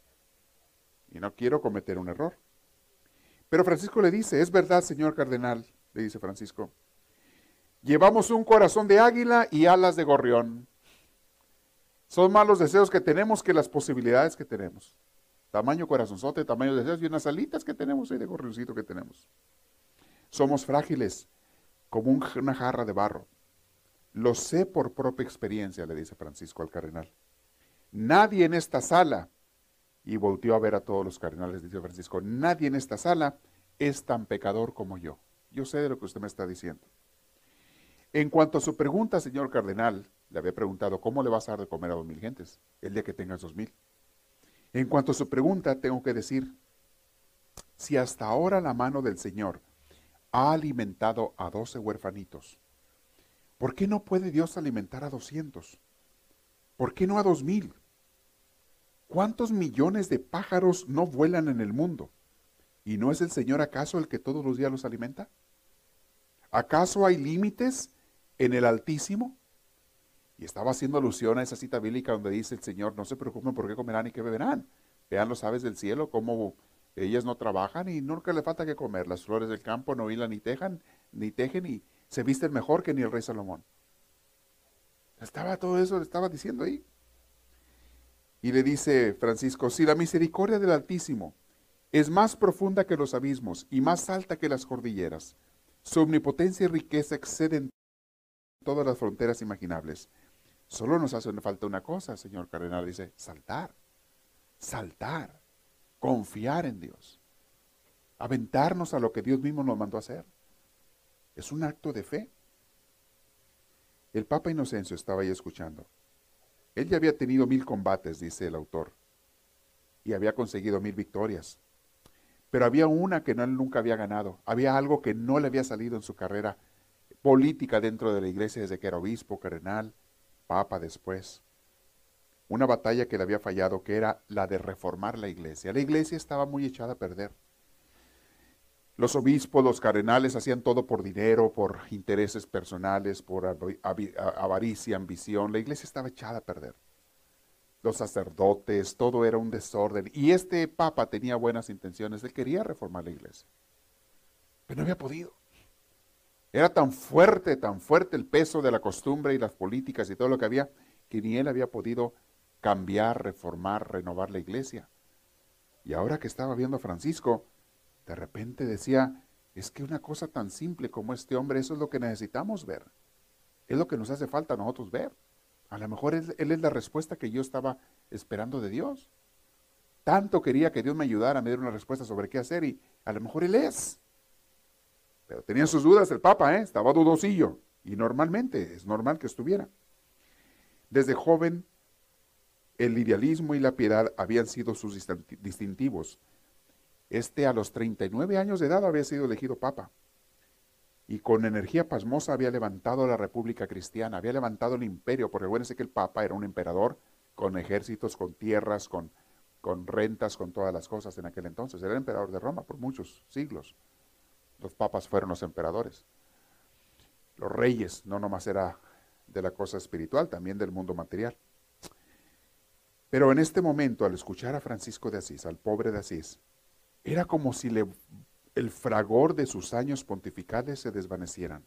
Y no quiero cometer un error. Pero Francisco le dice, es verdad, señor cardenal, le dice Francisco, llevamos un corazón de águila y alas de gorrión. Son más los deseos que tenemos que las posibilidades que tenemos. Tamaño corazonzote, tamaño deseos y unas alitas que tenemos ahí de gorrioncito que tenemos. Somos frágiles, como un, una jarra de barro. Lo sé por propia experiencia, le dice Francisco al cardenal. Nadie en esta sala, y volteó a ver a todos los cardenales, dice Francisco, nadie en esta sala es tan pecador como yo. Yo sé de lo que usted me está diciendo. En cuanto a su pregunta, señor cardenal, le había preguntado, ¿cómo le vas a dar de comer a dos mil gentes el día que tengas dos mil? En cuanto a su pregunta, tengo que decir, si hasta ahora la mano del Señor ha alimentado a doce huerfanitos, ¿por qué no puede Dios alimentar a doscientos? ¿Por qué no a dos mil? ¿Cuántos millones de pájaros no vuelan en el mundo? ¿Y no es el Señor acaso el que todos los días los alimenta? ¿Acaso hay límites en el Altísimo? Y estaba haciendo alusión a esa cita bíblica donde dice el Señor, no se preocupen por qué comerán y qué beberán. Vean los aves del cielo, cómo ellas no trabajan y nunca le falta que comer. Las flores del campo no hilan ni tejan, ni tejen y se visten mejor que ni el rey Salomón. Estaba todo eso, le estaba diciendo ahí. Y le dice Francisco, si la misericordia del Altísimo es más profunda que los abismos y más alta que las cordilleras, su omnipotencia y riqueza exceden todas las fronteras imaginables. Solo nos hace falta una cosa, señor cardenal, dice, saltar, saltar, confiar en Dios, aventarnos a lo que Dios mismo nos mandó a hacer. Es un acto de fe. El Papa Inocencio estaba ahí escuchando. Él ya había tenido mil combates, dice el autor, y había conseguido mil victorias. Pero había una que no, él nunca había ganado. Había algo que no le había salido en su carrera política dentro de la iglesia desde que era obispo, cardenal, papa después. Una batalla que le había fallado, que era la de reformar la iglesia. La iglesia estaba muy echada a perder. Los obispos, los cardenales hacían todo por dinero, por intereses personales, por avaricia, ambición. La iglesia estaba echada a perder. Los sacerdotes, todo era un desorden. Y este papa tenía buenas intenciones, él quería reformar la iglesia. Pero no había podido. Era tan fuerte, tan fuerte el peso de la costumbre y las políticas y todo lo que había, que ni él había podido cambiar, reformar, renovar la iglesia. Y ahora que estaba viendo a Francisco, de repente decía, es que una cosa tan simple como este hombre, eso es lo que necesitamos ver. Es lo que nos hace falta a nosotros ver. A lo mejor él, él es la respuesta que yo estaba esperando de Dios. Tanto quería que Dios me ayudara, me diera una respuesta sobre qué hacer y a lo mejor él es. Pero tenía sus dudas el Papa, ¿eh? Estaba dudosillo. Y normalmente, es normal que estuviera. Desde joven, el idealismo y la piedad habían sido sus distintivos. Este a los treinta y nueve años de edad había sido elegido Papa. Y con energía pasmosa había levantado la República Cristiana, había levantado el imperio, porque acuérdense que el Papa era un emperador con ejércitos, con tierras, con, con rentas, con todas las cosas en aquel entonces. Era el emperador de Roma por muchos siglos. Los papas fueron los emperadores. Los reyes, no nomás era de la cosa espiritual, también del mundo material. Pero en este momento, al escuchar a Francisco de Asís, al pobre de Asís, era como si le, el fragor de sus años pontificales se desvanecieran.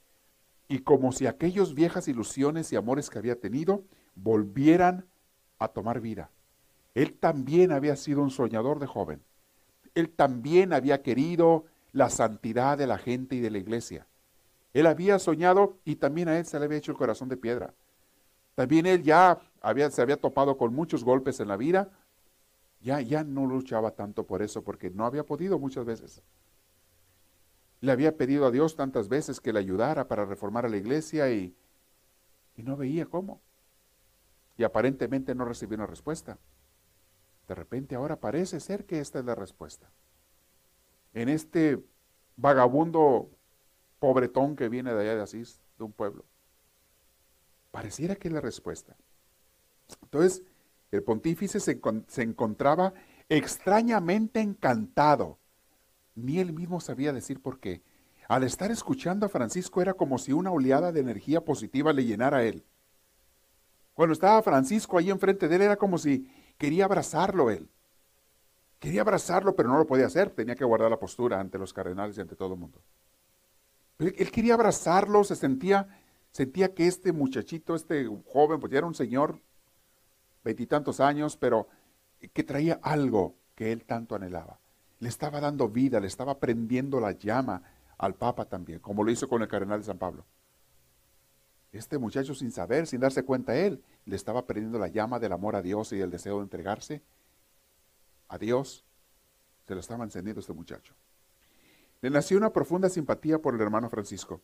Y como si aquellas viejas ilusiones y amores que había tenido volvieran a tomar vida. Él también había sido un soñador de joven. Él también había querido la santidad de la gente y de la iglesia. Él había soñado y también a él se le había hecho el corazón de piedra. También él ya había, se había topado con muchos golpes en la vida. Ya, ya no luchaba tanto por eso porque no había podido muchas veces. Le había pedido a Dios tantas veces que le ayudara para reformar a la iglesia y, y no veía cómo. Y aparentemente no recibió una respuesta. De repente ahora parece ser que esta es la respuesta. En este vagabundo pobretón que viene de allá de Asís, de un pueblo. Pareciera que es la respuesta. Entonces, el pontífice se, se encontraba extrañamente encantado. Ni él mismo sabía decir por qué. Al estar escuchando a Francisco era como si una oleada de energía positiva le llenara a él. Cuando estaba Francisco ahí enfrente de él era como si quería abrazarlo él. Quería abrazarlo, pero no lo podía hacer. Tenía que guardar la postura ante los cardenales y ante todo el mundo. Él, él quería abrazarlo, se sentía, sentía que este muchachito, este joven, pues ya era un señor, veintitantos años, pero que traía algo que él tanto anhelaba. Le estaba dando vida, le estaba prendiendo la llama al Papa también, como lo hizo con el cardenal de San Pablo. Este muchacho sin saber, sin darse cuenta él, le estaba prendiendo la llama del amor a Dios y del deseo de entregarse a Dios. Se lo estaba encendiendo este muchacho. Le nació una profunda simpatía por el hermano Francisco.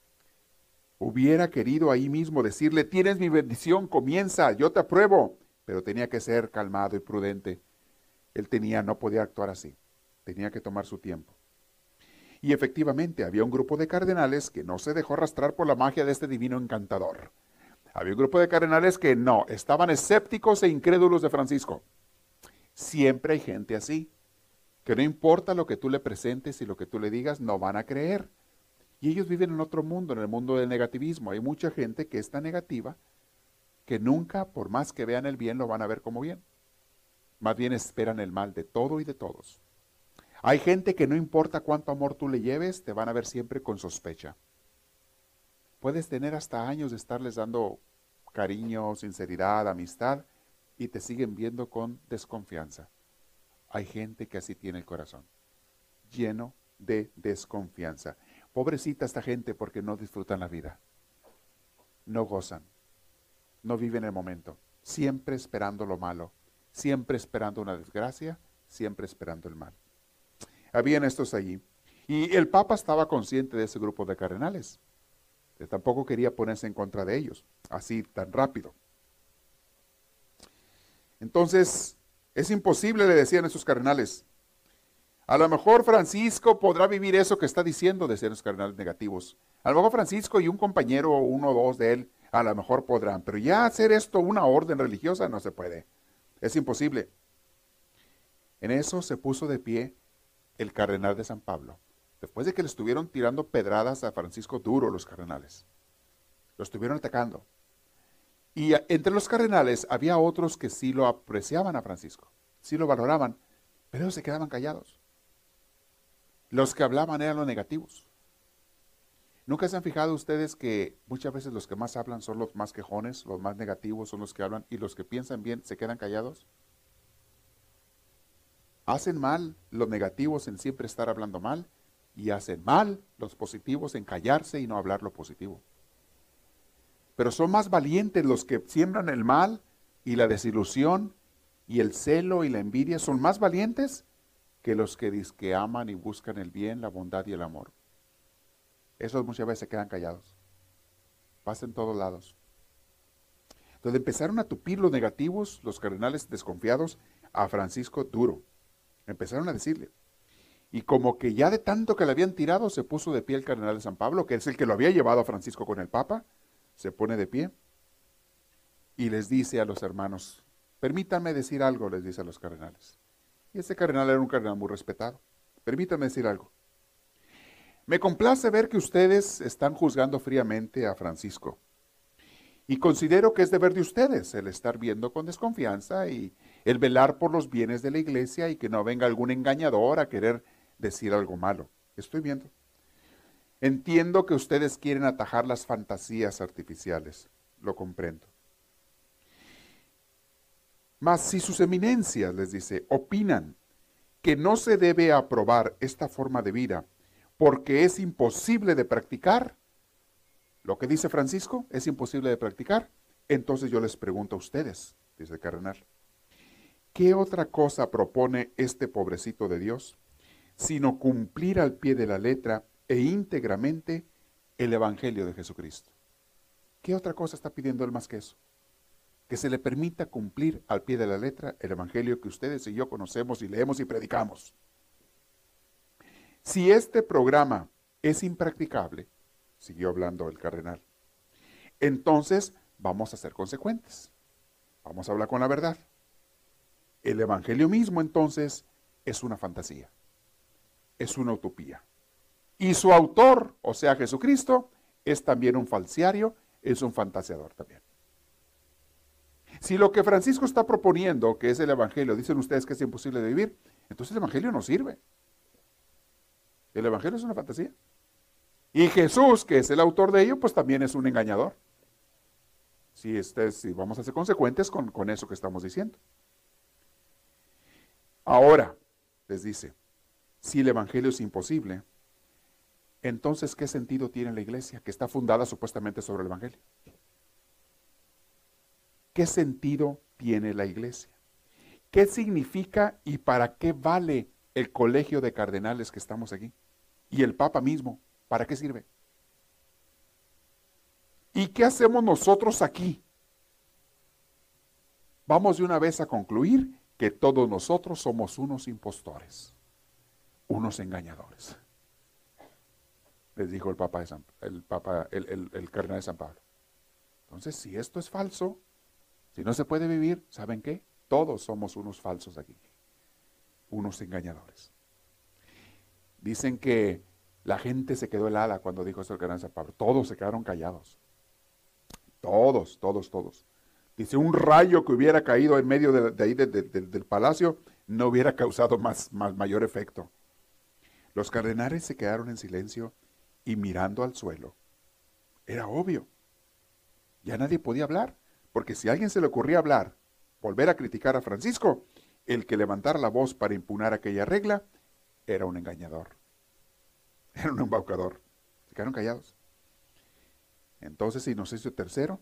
Hubiera querido ahí mismo decirle, tienes mi bendición, comienza, yo te apruebo. Pero tenía que ser calmado y prudente. Él tenía, no podía actuar así. Tenía que tomar su tiempo. Y efectivamente, había un grupo de cardenales que no se dejó arrastrar por la magia de este divino encantador. Había un grupo de cardenales que no, estaban escépticos e incrédulos de Francisco. Siempre hay gente así, que no importa lo que tú le presentes y lo que tú le digas, no van a creer. Y ellos viven en otro mundo, en el mundo del negativismo. Hay mucha gente que es tan negativa que nunca, por más que vean el bien, lo van a ver como bien. Más bien esperan el mal de todo y de todos. Hay gente que no importa cuánto amor tú le lleves, te van a ver siempre con sospecha. Puedes tener hasta años de estarles dando cariño, sinceridad, amistad, y te siguen viendo con desconfianza. Hay gente que así tiene el corazón, lleno de desconfianza. Pobrecita esta gente porque no disfrutan la vida. No gozan. No viven el momento. Siempre esperando lo malo. Siempre esperando una desgracia. Siempre esperando el mal. Habían estos allí. Y el Papa estaba consciente de ese grupo de cardenales. Tampoco quería ponerse en contra de ellos, así tan rápido. Entonces, es imposible, le decían esos cardenales. A lo mejor Francisco podrá vivir eso que está diciendo, decían los cardenales negativos. A lo mejor Francisco y un compañero, uno o dos de él, a lo mejor podrán. Pero ya hacer esto una orden religiosa no se puede. Es imposible. En eso se puso de pie el cardenal de San Pablo. Después de que le estuvieron tirando pedradas a Francisco duro los cardenales. Lo estuvieron atacando. Y entre los cardenales había otros que sí lo apreciaban a Francisco. Sí lo valoraban. Pero ellos se quedaban callados. Los que hablaban eran los negativos. ¿Nunca se han fijado ustedes que muchas veces los que más hablan son los más quejones, los más negativos son los que hablan, y los que piensan bien se quedan callados? Hacen mal los negativos en siempre estar hablando mal, y hacen mal los positivos en callarse y no hablar lo positivo. Pero son más valientes los que siembran el mal y la desilusión y el celo y la envidia, son más valientes que los que dizque aman y buscan el bien, la bondad y el amor. Esos muchas veces se quedan callados. Pasa en todos lados. Entonces empezaron a tupir los negativos, los cardenales desconfiados, a Francisco duro. Empezaron a decirle. Y como que ya de tanto que le habían tirado, se puso de pie el cardenal de San Pablo, que es el que lo había llevado a Francisco con el Papa. Se pone de pie y les dice a los hermanos, permítanme decir algo, les dice a los cardenales. Y ese cardenal era un cardenal muy respetado. Permítanme decir algo. Me complace ver que ustedes están juzgando fríamente a Francisco. Y considero que es deber de ustedes el estar viendo con desconfianza y el velar por los bienes de la iglesia y que no venga algún engañador a querer decir algo malo. Estoy viendo. Entiendo que ustedes quieren atajar las fantasías artificiales. Lo comprendo. Mas si sus eminencias, les dice, opinan que no se debe aprobar esta forma de vida porque es imposible de practicar, lo que dice Francisco es imposible de practicar, entonces yo les pregunto a ustedes, dice el cardenal, ¿qué otra cosa propone este pobrecito de Dios sino cumplir al pie de la letra e íntegramente el Evangelio de Jesucristo? ¿Qué otra cosa está pidiendo él más que eso? Que se le permita cumplir al pie de la letra el Evangelio que ustedes y yo conocemos y leemos y predicamos. Si este programa es impracticable, siguió hablando el cardenal, entonces vamos a ser consecuentes. Vamos a hablar con la verdad. El Evangelio mismo entonces es una fantasía, es una utopía. Y su autor, o sea Jesucristo, es también un falsario, es un fantaseador también. Si lo que Francisco está proponiendo, que es el Evangelio, dicen ustedes que es imposible de vivir, entonces el Evangelio no sirve. El Evangelio es una fantasía. Y Jesús, que es el autor de ello, pues también es un engañador. Si, este, si vamos a ser consecuentes con, con eso que estamos diciendo. Ahora, les dice, si el Evangelio es imposible, entonces ¿qué sentido tiene la iglesia que está fundada supuestamente sobre el Evangelio? ¿Qué sentido tiene la iglesia? ¿Qué significa y para qué vale el colegio de cardenales que estamos aquí? Y el Papa mismo, ¿para qué sirve? ¿Y qué hacemos nosotros aquí? Vamos de una vez a concluir que todos nosotros somos unos impostores, unos engañadores. Les dijo el Papa, de San, el, Papa el, el, el cardenal de San Pablo. Entonces, si esto es falso, si no se puede vivir, ¿saben qué? Todos somos unos falsos aquí, unos engañadores. Dicen que la gente se quedó helada cuando dijo esto el cardenal de San Pablo. Todos se quedaron callados. Todos, todos, todos. Dice, un rayo que hubiera caído en medio de, de ahí de, de, de, del palacio no hubiera causado más, más, mayor efecto. Los cardenales se quedaron en silencio y mirando al suelo. Era obvio. Ya nadie podía hablar, porque si a alguien se le ocurría hablar, volver a criticar a Francisco, el que levantara la voz para impugnar aquella regla, era un engañador. Era un embaucador. Se quedaron callados. Entonces Inocencio tercero,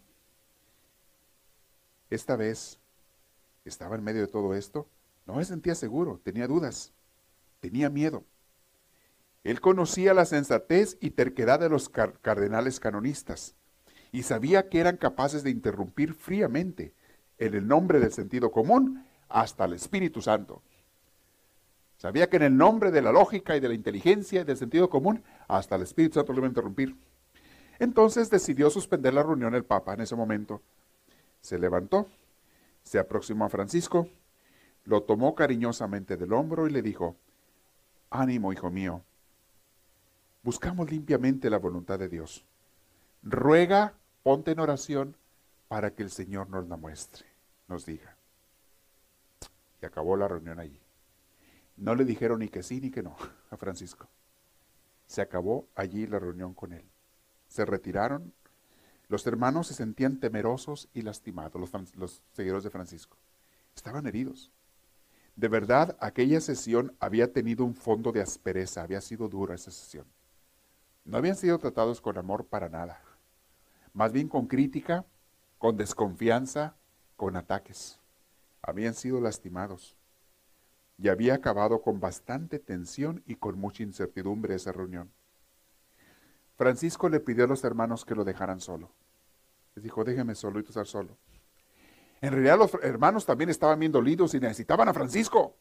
esta vez, estaba en medio de todo esto, no se sentía seguro, tenía dudas, tenía miedo. Él conocía la sensatez y terquedad de los car- cardenales canonistas y sabía que eran capaces de interrumpir fríamente, en el nombre del sentido común, hasta el Espíritu Santo. Sabía que en el nombre de la lógica y de la inteligencia y del sentido común, hasta el Espíritu Santo lo iba a interrumpir. Entonces decidió suspender la reunión el Papa en ese momento. Se levantó, se aproximó a Francisco, lo tomó cariñosamente del hombro y le dijo: ánimo, hijo mío, buscamos limpiamente la voluntad de Dios. Ruega, ponte en oración para que el Señor nos la muestre, nos diga. Y acabó la reunión allí. No le dijeron ni que sí ni que no a Francisco. Se acabó allí la reunión con él. Se retiraron. Los hermanos se sentían temerosos y lastimados, los, los seguidores de Francisco. Estaban heridos. De verdad, aquella sesión había tenido un fondo de aspereza, había sido dura esa sesión. No habían sido tratados con amor para nada. Más bien con crítica, con desconfianza, con ataques. Habían sido lastimados. Y había acabado con bastante tensión y con mucha incertidumbre esa reunión. Francisco le pidió a los hermanos que lo dejaran solo. Les dijo: déjeme solo y tú estar solo. En realidad los hermanos también estaban bien dolidos y necesitaban a Francisco.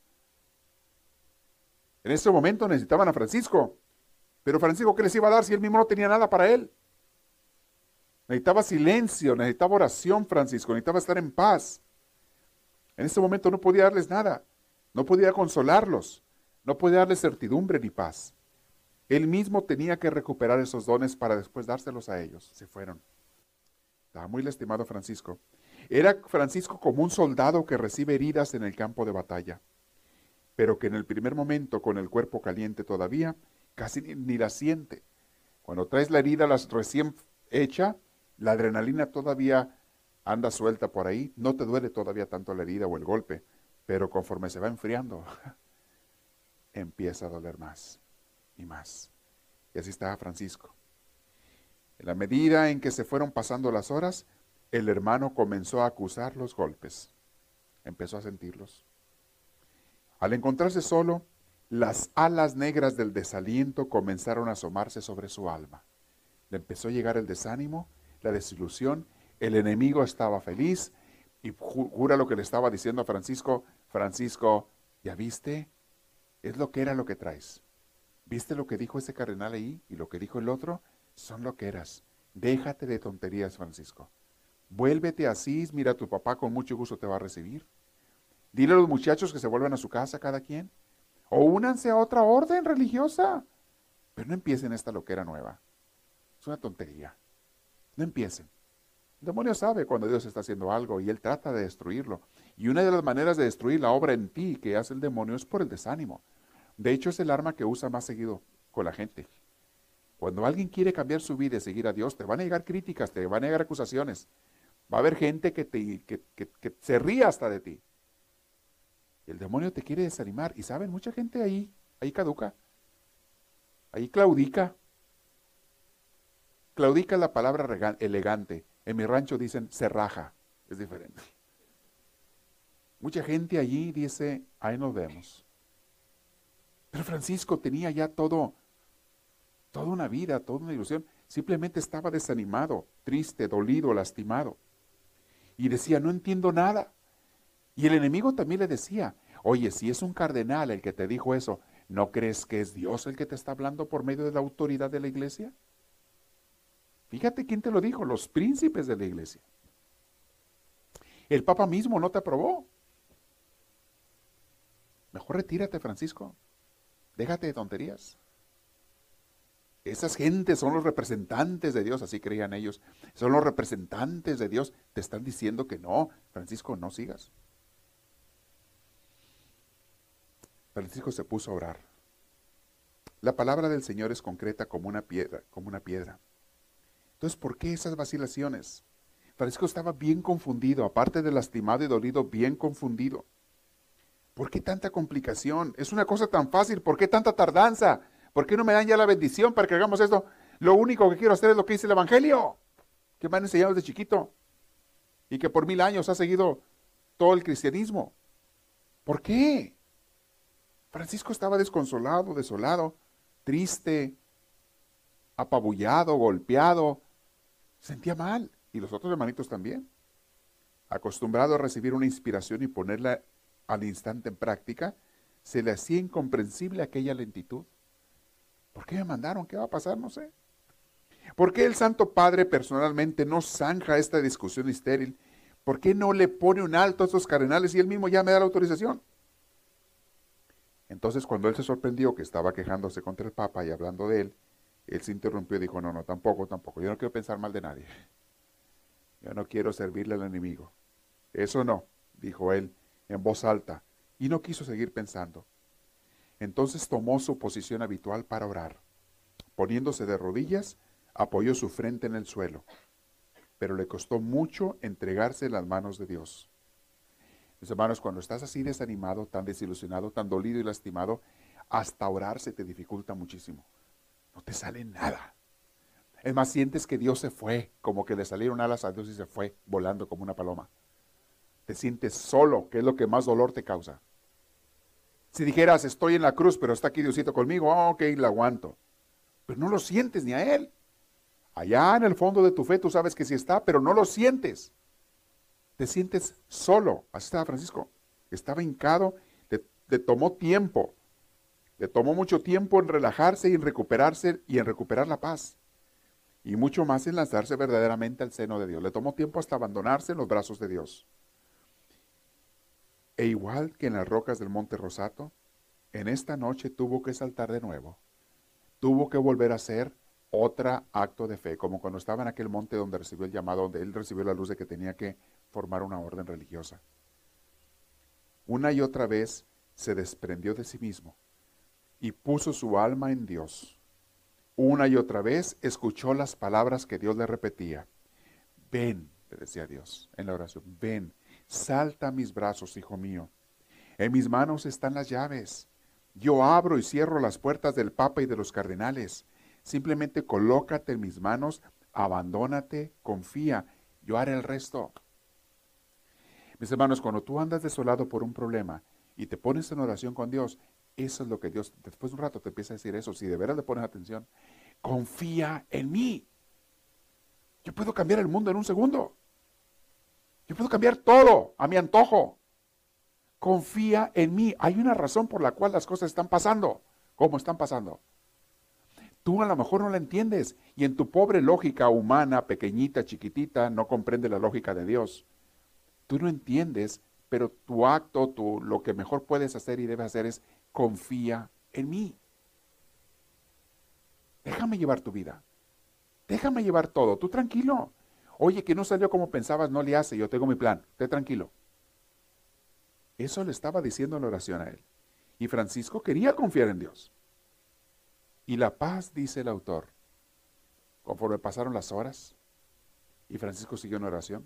En ese momento necesitaban a Francisco. Pero Francisco, ¿qué les iba a dar si él mismo no tenía nada para él? Necesitaba silencio, necesitaba oración Francisco, necesitaba estar en paz. En ese momento no podía darles nada. No podía consolarlos, no podía darles certidumbre ni paz. Él mismo tenía que recuperar esos dones para después dárselos a ellos. Se fueron. Estaba muy lastimado Francisco. Era Francisco como un soldado que recibe heridas en el campo de batalla, pero que en el primer momento, con el cuerpo caliente todavía, casi ni, ni la siente. Cuando traes la herida las recién hecha, la adrenalina todavía anda suelta por ahí, no te duele todavía tanto la herida o el golpe, pero conforme se va enfriando, empieza a doler más y más. Y así estaba Francisco. En la medida en que se fueron pasando las horas, el hermano comenzó a acusar los golpes. Empezó a sentirlos. Al encontrarse solo, las alas negras del desaliento comenzaron a asomarse sobre su alma. Le empezó a llegar el desánimo, la desilusión, el enemigo estaba feliz, y jura lo que le estaba diciendo a Francisco: Francisco, ¿ya viste? Es lo que era lo que traes. ¿Viste lo que dijo ese cardenal ahí y lo que dijo el otro? Son lo que eras. Déjate de tonterías, Francisco. Vuélvete a Asís, mira, tu papá con mucho gusto te va a recibir. Dile a los muchachos que se vuelvan a su casa cada quien. O únanse a otra orden religiosa. Pero no empiecen esta loquera nueva. Es una tontería. No empiecen. El demonio sabe cuando Dios está haciendo algo y él trata de destruirlo. Y una de las maneras de destruir la obra en ti que hace el demonio es por el desánimo. De hecho, es el arma que usa más seguido con la gente. Cuando alguien quiere cambiar su vida y seguir a Dios, te van a llegar críticas, te van a llegar acusaciones. Va a haber gente que, te, que, que, que se ríe hasta de ti. Y el demonio te quiere desanimar. Y saben, mucha gente ahí, ahí caduca. Ahí claudica. Claudica es la palabra elegante. En mi rancho dicen se raja. Es diferente. Mucha gente allí dice, ahí nos vemos. Pero Francisco tenía ya todo, toda una vida, toda una ilusión. Simplemente estaba desanimado, triste, dolido, lastimado. Y decía, no entiendo nada. Y el enemigo también le decía, oye, si es un cardenal el que te dijo eso, ¿no crees que es Dios el que te está hablando por medio de la autoridad de la iglesia? Fíjate quién te lo dijo, los príncipes de la iglesia. El Papa mismo no te aprobó. Mejor retírate, Francisco. Déjate de tonterías. Esas gentes son los representantes de Dios, así creían ellos. Son los representantes de Dios. Te están diciendo que no, Francisco, no sigas. Francisco se puso a orar. La palabra del Señor es concreta como una piedra, como una piedra. Entonces, ¿por qué esas vacilaciones? Francisco estaba bien confundido, aparte de lastimado y dolido, bien confundido. ¿Por qué tanta complicación? Es una cosa tan fácil, ¿por qué tanta tardanza? ¿Por qué no me dan ya la bendición para que hagamos esto? Lo único que quiero hacer es lo que dice el Evangelio, que me han enseñado desde chiquito y que por mil años ha seguido todo el cristianismo. ¿Por qué? Francisco estaba desconsolado, desolado. triste, apabullado, golpeado, sentía mal. Y los otros hermanitos también. Acostumbrado a recibir una inspiración y ponerla al instante en práctica, se le hacía incomprensible aquella lentitud. ¿Por qué me mandaron? ¿Qué va a pasar? No sé. ¿Por qué el Santo Padre personalmente no zanja esta discusión estéril? ¿Por qué no le pone un alto a estos cardenales y él mismo ya me da la autorización? Entonces, cuando él se sorprendió que estaba quejándose contra el Papa y hablando de él, él se interrumpió y dijo, no, no, tampoco, tampoco. Yo no quiero pensar mal de nadie. Yo no quiero servirle al enemigo. Eso no, dijo él en voz alta, y no quiso seguir pensando. Entonces tomó su posición habitual para orar. Poniéndose de rodillas, apoyó su frente en el suelo, pero le costó mucho entregarse en las manos de Dios. Mis hermanos, cuando estás así desanimado, tan desilusionado, tan dolido y lastimado, hasta orar se te dificulta muchísimo. No te sale nada. Es más, sientes que Dios se fue, como que le salieron alas a Dios y se fue, volando como una paloma. Te sientes solo, que es lo que más dolor te causa. Si dijeras, estoy en la cruz, pero está aquí Diosito conmigo, oh, ok, la aguanto. Pero no lo sientes ni a Él. Allá en el fondo de tu fe tú sabes que sí está, pero no lo sientes. Te sientes solo. Así estaba Francisco. Estaba hincado, le, le tomó tiempo. Le tomó mucho tiempo en relajarse y en recuperarse y en recuperar la paz. Y mucho más en lanzarse verdaderamente al seno de Dios. Le tomó tiempo hasta abandonarse en los brazos de Dios. E igual que en las rocas del Monte Rosato, en esta noche tuvo que saltar de nuevo. Tuvo que volver a hacer otro acto de fe, como cuando estaba en aquel monte donde recibió el llamado, donde él recibió la luz de que tenía que formar una orden religiosa. Una y otra vez se desprendió de sí mismo y puso su alma en Dios. Una y otra vez escuchó las palabras que Dios le repetía. Ven, le decía Dios en la oración, ven, salta a mis brazos, hijo mío. En mis manos están las llaves. Yo abro y cierro las puertas del Papa y de los cardenales. Simplemente colócate en mis manos, abandónate, confía, yo haré el resto. Mis hermanos, cuando tú andas desolado por un problema y te pones en oración con Dios, eso es lo que Dios, después de un rato te empieza a decir eso, si de veras le pones atención, confía en mí. Yo puedo cambiar el mundo en un segundo. Yo puedo cambiar todo a mi antojo. Confía en mí. Hay una razón por la cual las cosas están pasando. ¿Cómo están pasando? Tú a lo mejor no la entiendes y en tu pobre lógica humana, pequeñita, chiquitita, no comprende la lógica de Dios. Tú no entiendes, pero tu acto, tu, lo que mejor puedes hacer y debes hacer es confía en mí. Déjame llevar tu vida. Déjame llevar todo. Tú tranquilo. Oye, que no salió como pensabas, no le hace. Yo tengo mi plan. Esté tranquilo. Eso le estaba diciendo en la oración a él. Y Francisco quería confiar en Dios. Y la paz, dice el autor, conforme pasaron las horas, y Francisco siguió en oración,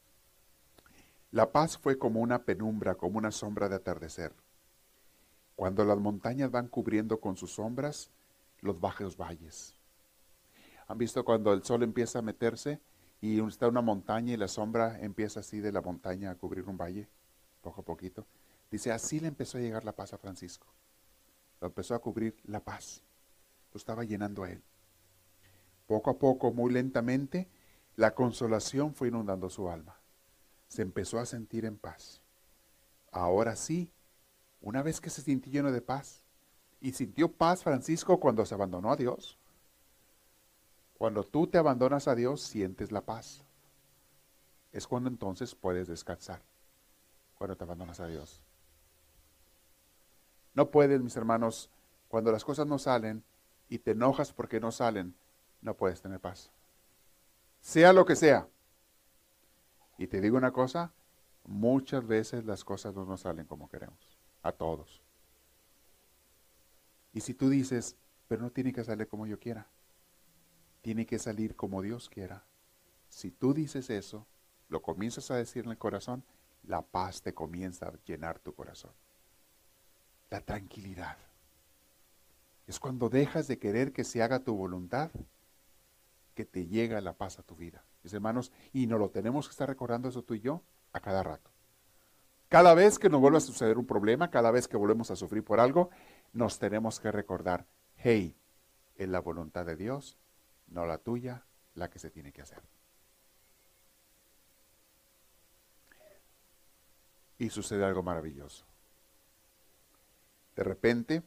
la paz fue como una penumbra, como una sombra de atardecer. Cuando las montañas van cubriendo con sus sombras los bajos valles. ¿Han visto cuando el sol empieza a meterse y está una montaña y la sombra empieza así de la montaña a cubrir un valle, poco a poquito? Dice, así le empezó a llegar la paz a Francisco. Lo empezó a cubrir la paz. Lo estaba llenando a él. Poco a poco, muy lentamente, la consolación fue inundando su alma. Se empezó a sentir en paz. Ahora sí, una vez que se sintió lleno de paz, y sintió paz Francisco cuando se abandonó a Dios. Cuando tú te abandonas a Dios, sientes la paz. Es cuando entonces puedes descansar, cuando te abandonas a Dios. No puedes, mis hermanos, cuando las cosas no salen y te enojas porque no salen, no puedes tener paz. Sea lo que sea. Y te digo una cosa, muchas veces las cosas no nos salen como queremos, a todos. Y si tú dices, pero no tiene que salir como yo quiera, tiene que salir como Dios quiera. Si tú dices eso, lo comienzas a decir en el corazón, la paz te comienza a llenar tu corazón. La tranquilidad. Es cuando dejas de querer que se haga tu voluntad, que te llega la paz a tu vida. Mis hermanos, y nos lo tenemos que estar recordando eso tú y yo a cada rato. Cada vez que nos vuelva a suceder un problema, cada vez que volvemos a sufrir por algo, nos tenemos que recordar, hey, es la voluntad de Dios, no la tuya, la que se tiene que hacer. Y sucede algo maravilloso. De repente,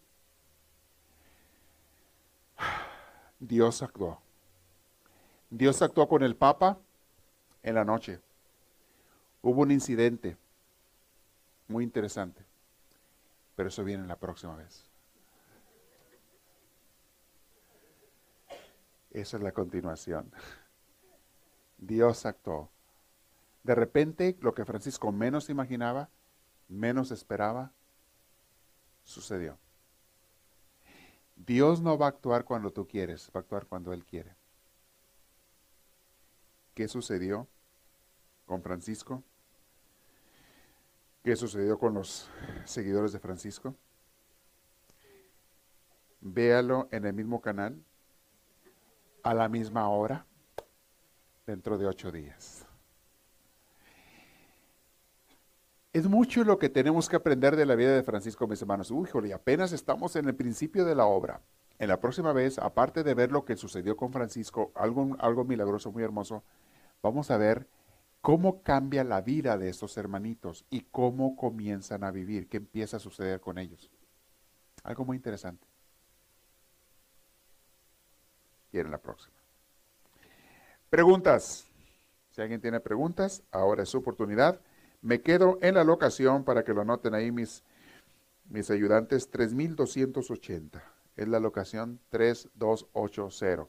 Dios actuó. Dios actuó con el Papa en la noche. Hubo un incidente muy interesante, pero eso viene la próxima vez. Esa es la continuación. Dios actuó. De repente, lo que Francisco menos imaginaba, menos esperaba, sucedió. Dios no va a actuar cuando tú quieres, va a actuar cuando Él quiere. ¿Qué sucedió con Francisco? ¿Qué sucedió con los seguidores de Francisco? Véalo en el mismo canal, a la misma hora, dentro de ocho días. Es mucho lo que tenemos que aprender de la vida de Francisco, mis hermanos. Uy, jole, apenas estamos en el principio de la obra. En la próxima vez, aparte de ver lo que sucedió con Francisco, algo, algo milagroso, muy hermoso, vamos a ver cómo cambia la vida de estos hermanitos y cómo comienzan a vivir, qué empieza a suceder con ellos. Algo muy interesante. Y en la próxima. Preguntas. Si alguien tiene preguntas, ahora es su oportunidad. Me quedo en la locación para que lo anoten ahí mis, mis ayudantes, tres mil doscientos ochenta. Es la locación tres dos ocho cero.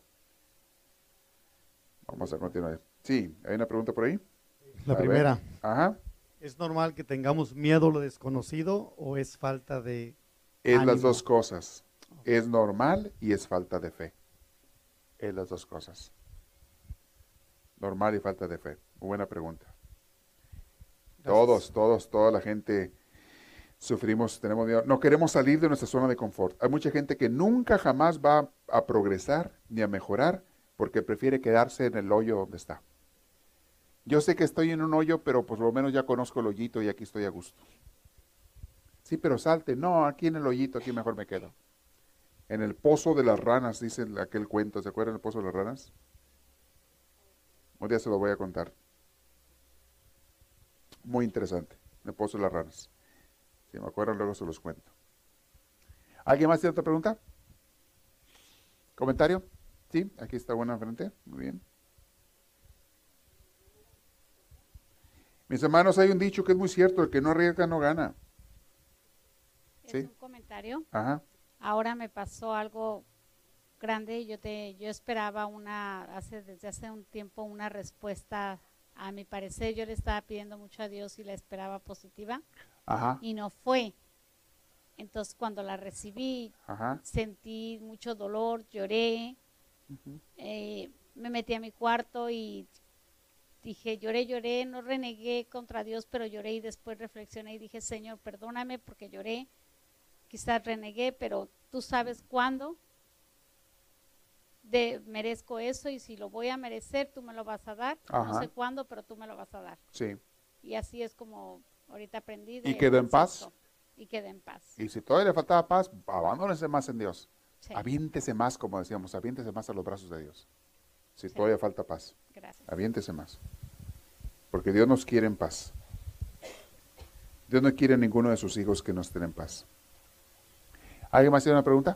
Vamos a continuar. Sí, ¿hay una pregunta por ahí? La A primera. ver. Ajá. ¿Es normal que tengamos miedo a lo desconocido o es falta de Es ánimo? las dos cosas. Es normal y es falta de fe. Es las dos cosas. Normal y falta de fe. Muy buena pregunta. Gracias. Todos, todos, toda la gente sufrimos, tenemos miedo. No queremos salir de nuestra zona de confort. Hay mucha gente que nunca jamás va a progresar ni a mejorar porque prefiere quedarse en el hoyo donde está. Yo sé que estoy en un hoyo, pero por lo menos ya conozco el hoyito y aquí estoy a gusto. Sí, pero salte. No, aquí en el hoyito, aquí mejor me quedo. En el pozo de las ranas, dice aquel cuento. ¿Se acuerdan del pozo de las ranas? Un día se lo voy a contar. Muy interesante. El pozo de las ranas. Si me acuerdan, luego se los cuento. ¿Alguien más tiene otra pregunta? ¿Comentario? Sí, aquí está buena frente. Muy bien. Mis hermanos, hay un dicho que es muy cierto: el que no arriesga no gana. Es ¿Sí? un comentario. Ajá. Ahora me pasó algo grande. Yo te, yo esperaba una, hace desde hace un tiempo una respuesta. A mi parecer, yo le estaba pidiendo mucho a Dios y la esperaba positiva Ajá. y no fue. Entonces, cuando la recibí, Ajá. sentí mucho dolor, lloré, Ujú. eh, me metí a mi cuarto y dije, lloré, lloré, no renegué contra Dios, pero lloré y después reflexioné y dije, Señor, perdóname porque lloré, quizás renegué, pero tú sabes cuándo de, merezco eso y si lo voy a merecer, tú me lo vas a dar. Ajá. No sé cuándo, pero tú me lo vas a dar. Sí. Y así es como ahorita aprendí. ¿Y quedó en paz? Y quedé en paz. Y si todavía le faltaba paz, abandónese más en Dios. Sí, Aviéntese más, como decíamos, aviéntese más a los brazos de Dios. Si Sí. todavía falta paz, gracias. aviéntese más. Porque Dios nos quiere en paz. Dios no quiere a ninguno de sus hijos que no estén en paz. ¿Alguien más tiene una pregunta?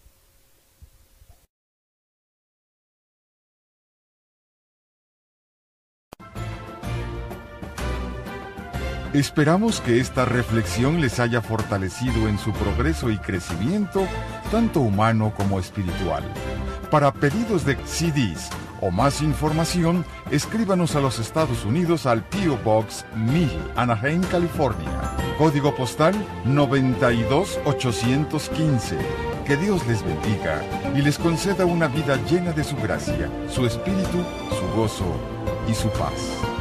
Esperamos que esta reflexión les haya fortalecido en su progreso y crecimiento, tanto humano como espiritual. Para pedidos de C Ds o más información, escríbanos a los Estados Unidos al P O Box mil, Anaheim, California. Código postal noventa y dos ochocientos quince. Que Dios les bendiga y les conceda una vida llena de su gracia, su espíritu, su gozo y su paz.